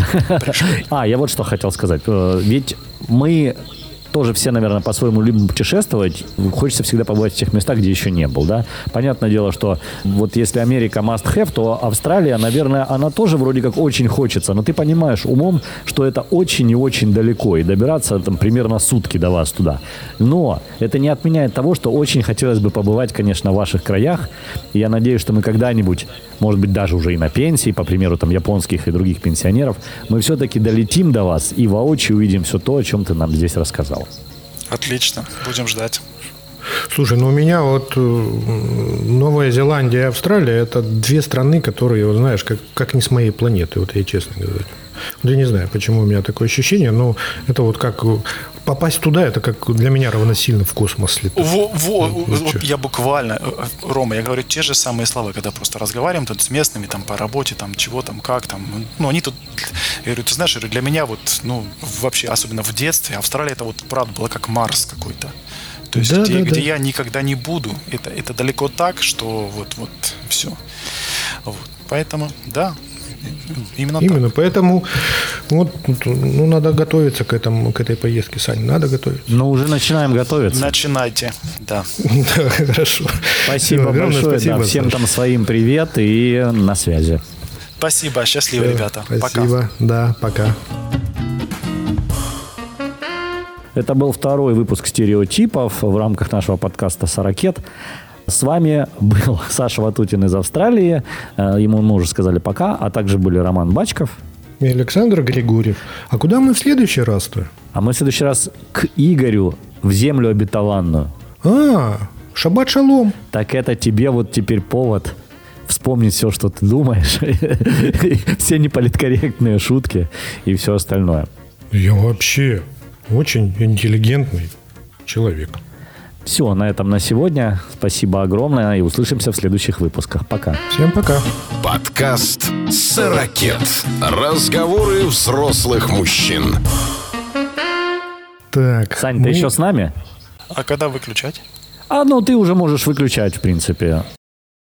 A: Я вот что хотел сказать. Ведь мы тоже все, наверное, по-своему любим путешествовать. Хочется всегда побывать в тех местах, где еще не был, да. Понятное дело, что вот если Америка must have, то Австралия, наверное, она тоже вроде как очень хочется. Но ты понимаешь умом, что это очень и очень далеко. И добираться там примерно сутки до вас туда. Но это не отменяет того, что очень хотелось бы побывать, конечно, в ваших краях. И я надеюсь, что мы когда-нибудь, может быть, даже уже и на пенсии, по примеру там японских и других пенсионеров, мы все-таки долетим до вас и воочию увидим все то, о чем ты нам здесь рассказал.
D: Отлично. Будем ждать.
B: Слушай, ну у меня вот Новая Зеландия и Австралия – это две страны, которые, вот, знаешь, как не с моей планеты, вот я честно говорю. Вот я не знаю, почему у меня такое ощущение, но это вот как попасть туда, это как для меня равносильно в космос летать.
D: Вот я буквально, Рома, я говорю те же самые слова, когда просто разговариваем тут с местными, там, по работе, там, чего там, как там. Ну, они тут, я говорю, ты знаешь, для меня вот, ну, вообще, особенно в детстве, Австралия, это вот, правда, было как Марс какой-то. То есть, где я никогда не буду. Это далеко так, что вот все. Вот. Поэтому, да. Именно так.
B: Поэтому вот, ну, надо готовиться к этой поездке, Саня, надо готовиться.
A: Ну, уже начинаем готовиться.
D: Начинайте, да.
B: Да, хорошо.
A: Спасибо большое.
B: Спасибо,
A: всем
B: Саша.
A: там своим привет и на связи.
D: Спасибо, счастливо, ребята.
B: Спасибо,
D: Пока.
B: да, пока.
A: Это был второй выпуск «Стереотипов» в рамках нашего подкаста «Сорокет». С вами был Саша Ватутин из Австралии. Ему мы уже сказали пока. А также были Роман Бачков.
B: И Александр Григорьев. А куда мы в следующий раз-то?
A: А мы в следующий раз к Игорю в землю обетованную.
B: Шаббат шалом.
A: Так это тебе вот теперь повод вспомнить все, что ты думаешь. Все неполиткорректные шутки и все остальное.
B: Я вообще очень интеллигентный человек.
A: Все, на этом на сегодня. Спасибо огромное и услышимся в следующих выпусках. Пока.
B: Всем пока.
C: Подкаст «Сорокет». Разговоры взрослых мужчин.
B: Так.
A: Сань, ты еще с нами?
D: А когда выключать?
A: Ну ты уже можешь выключать, в принципе.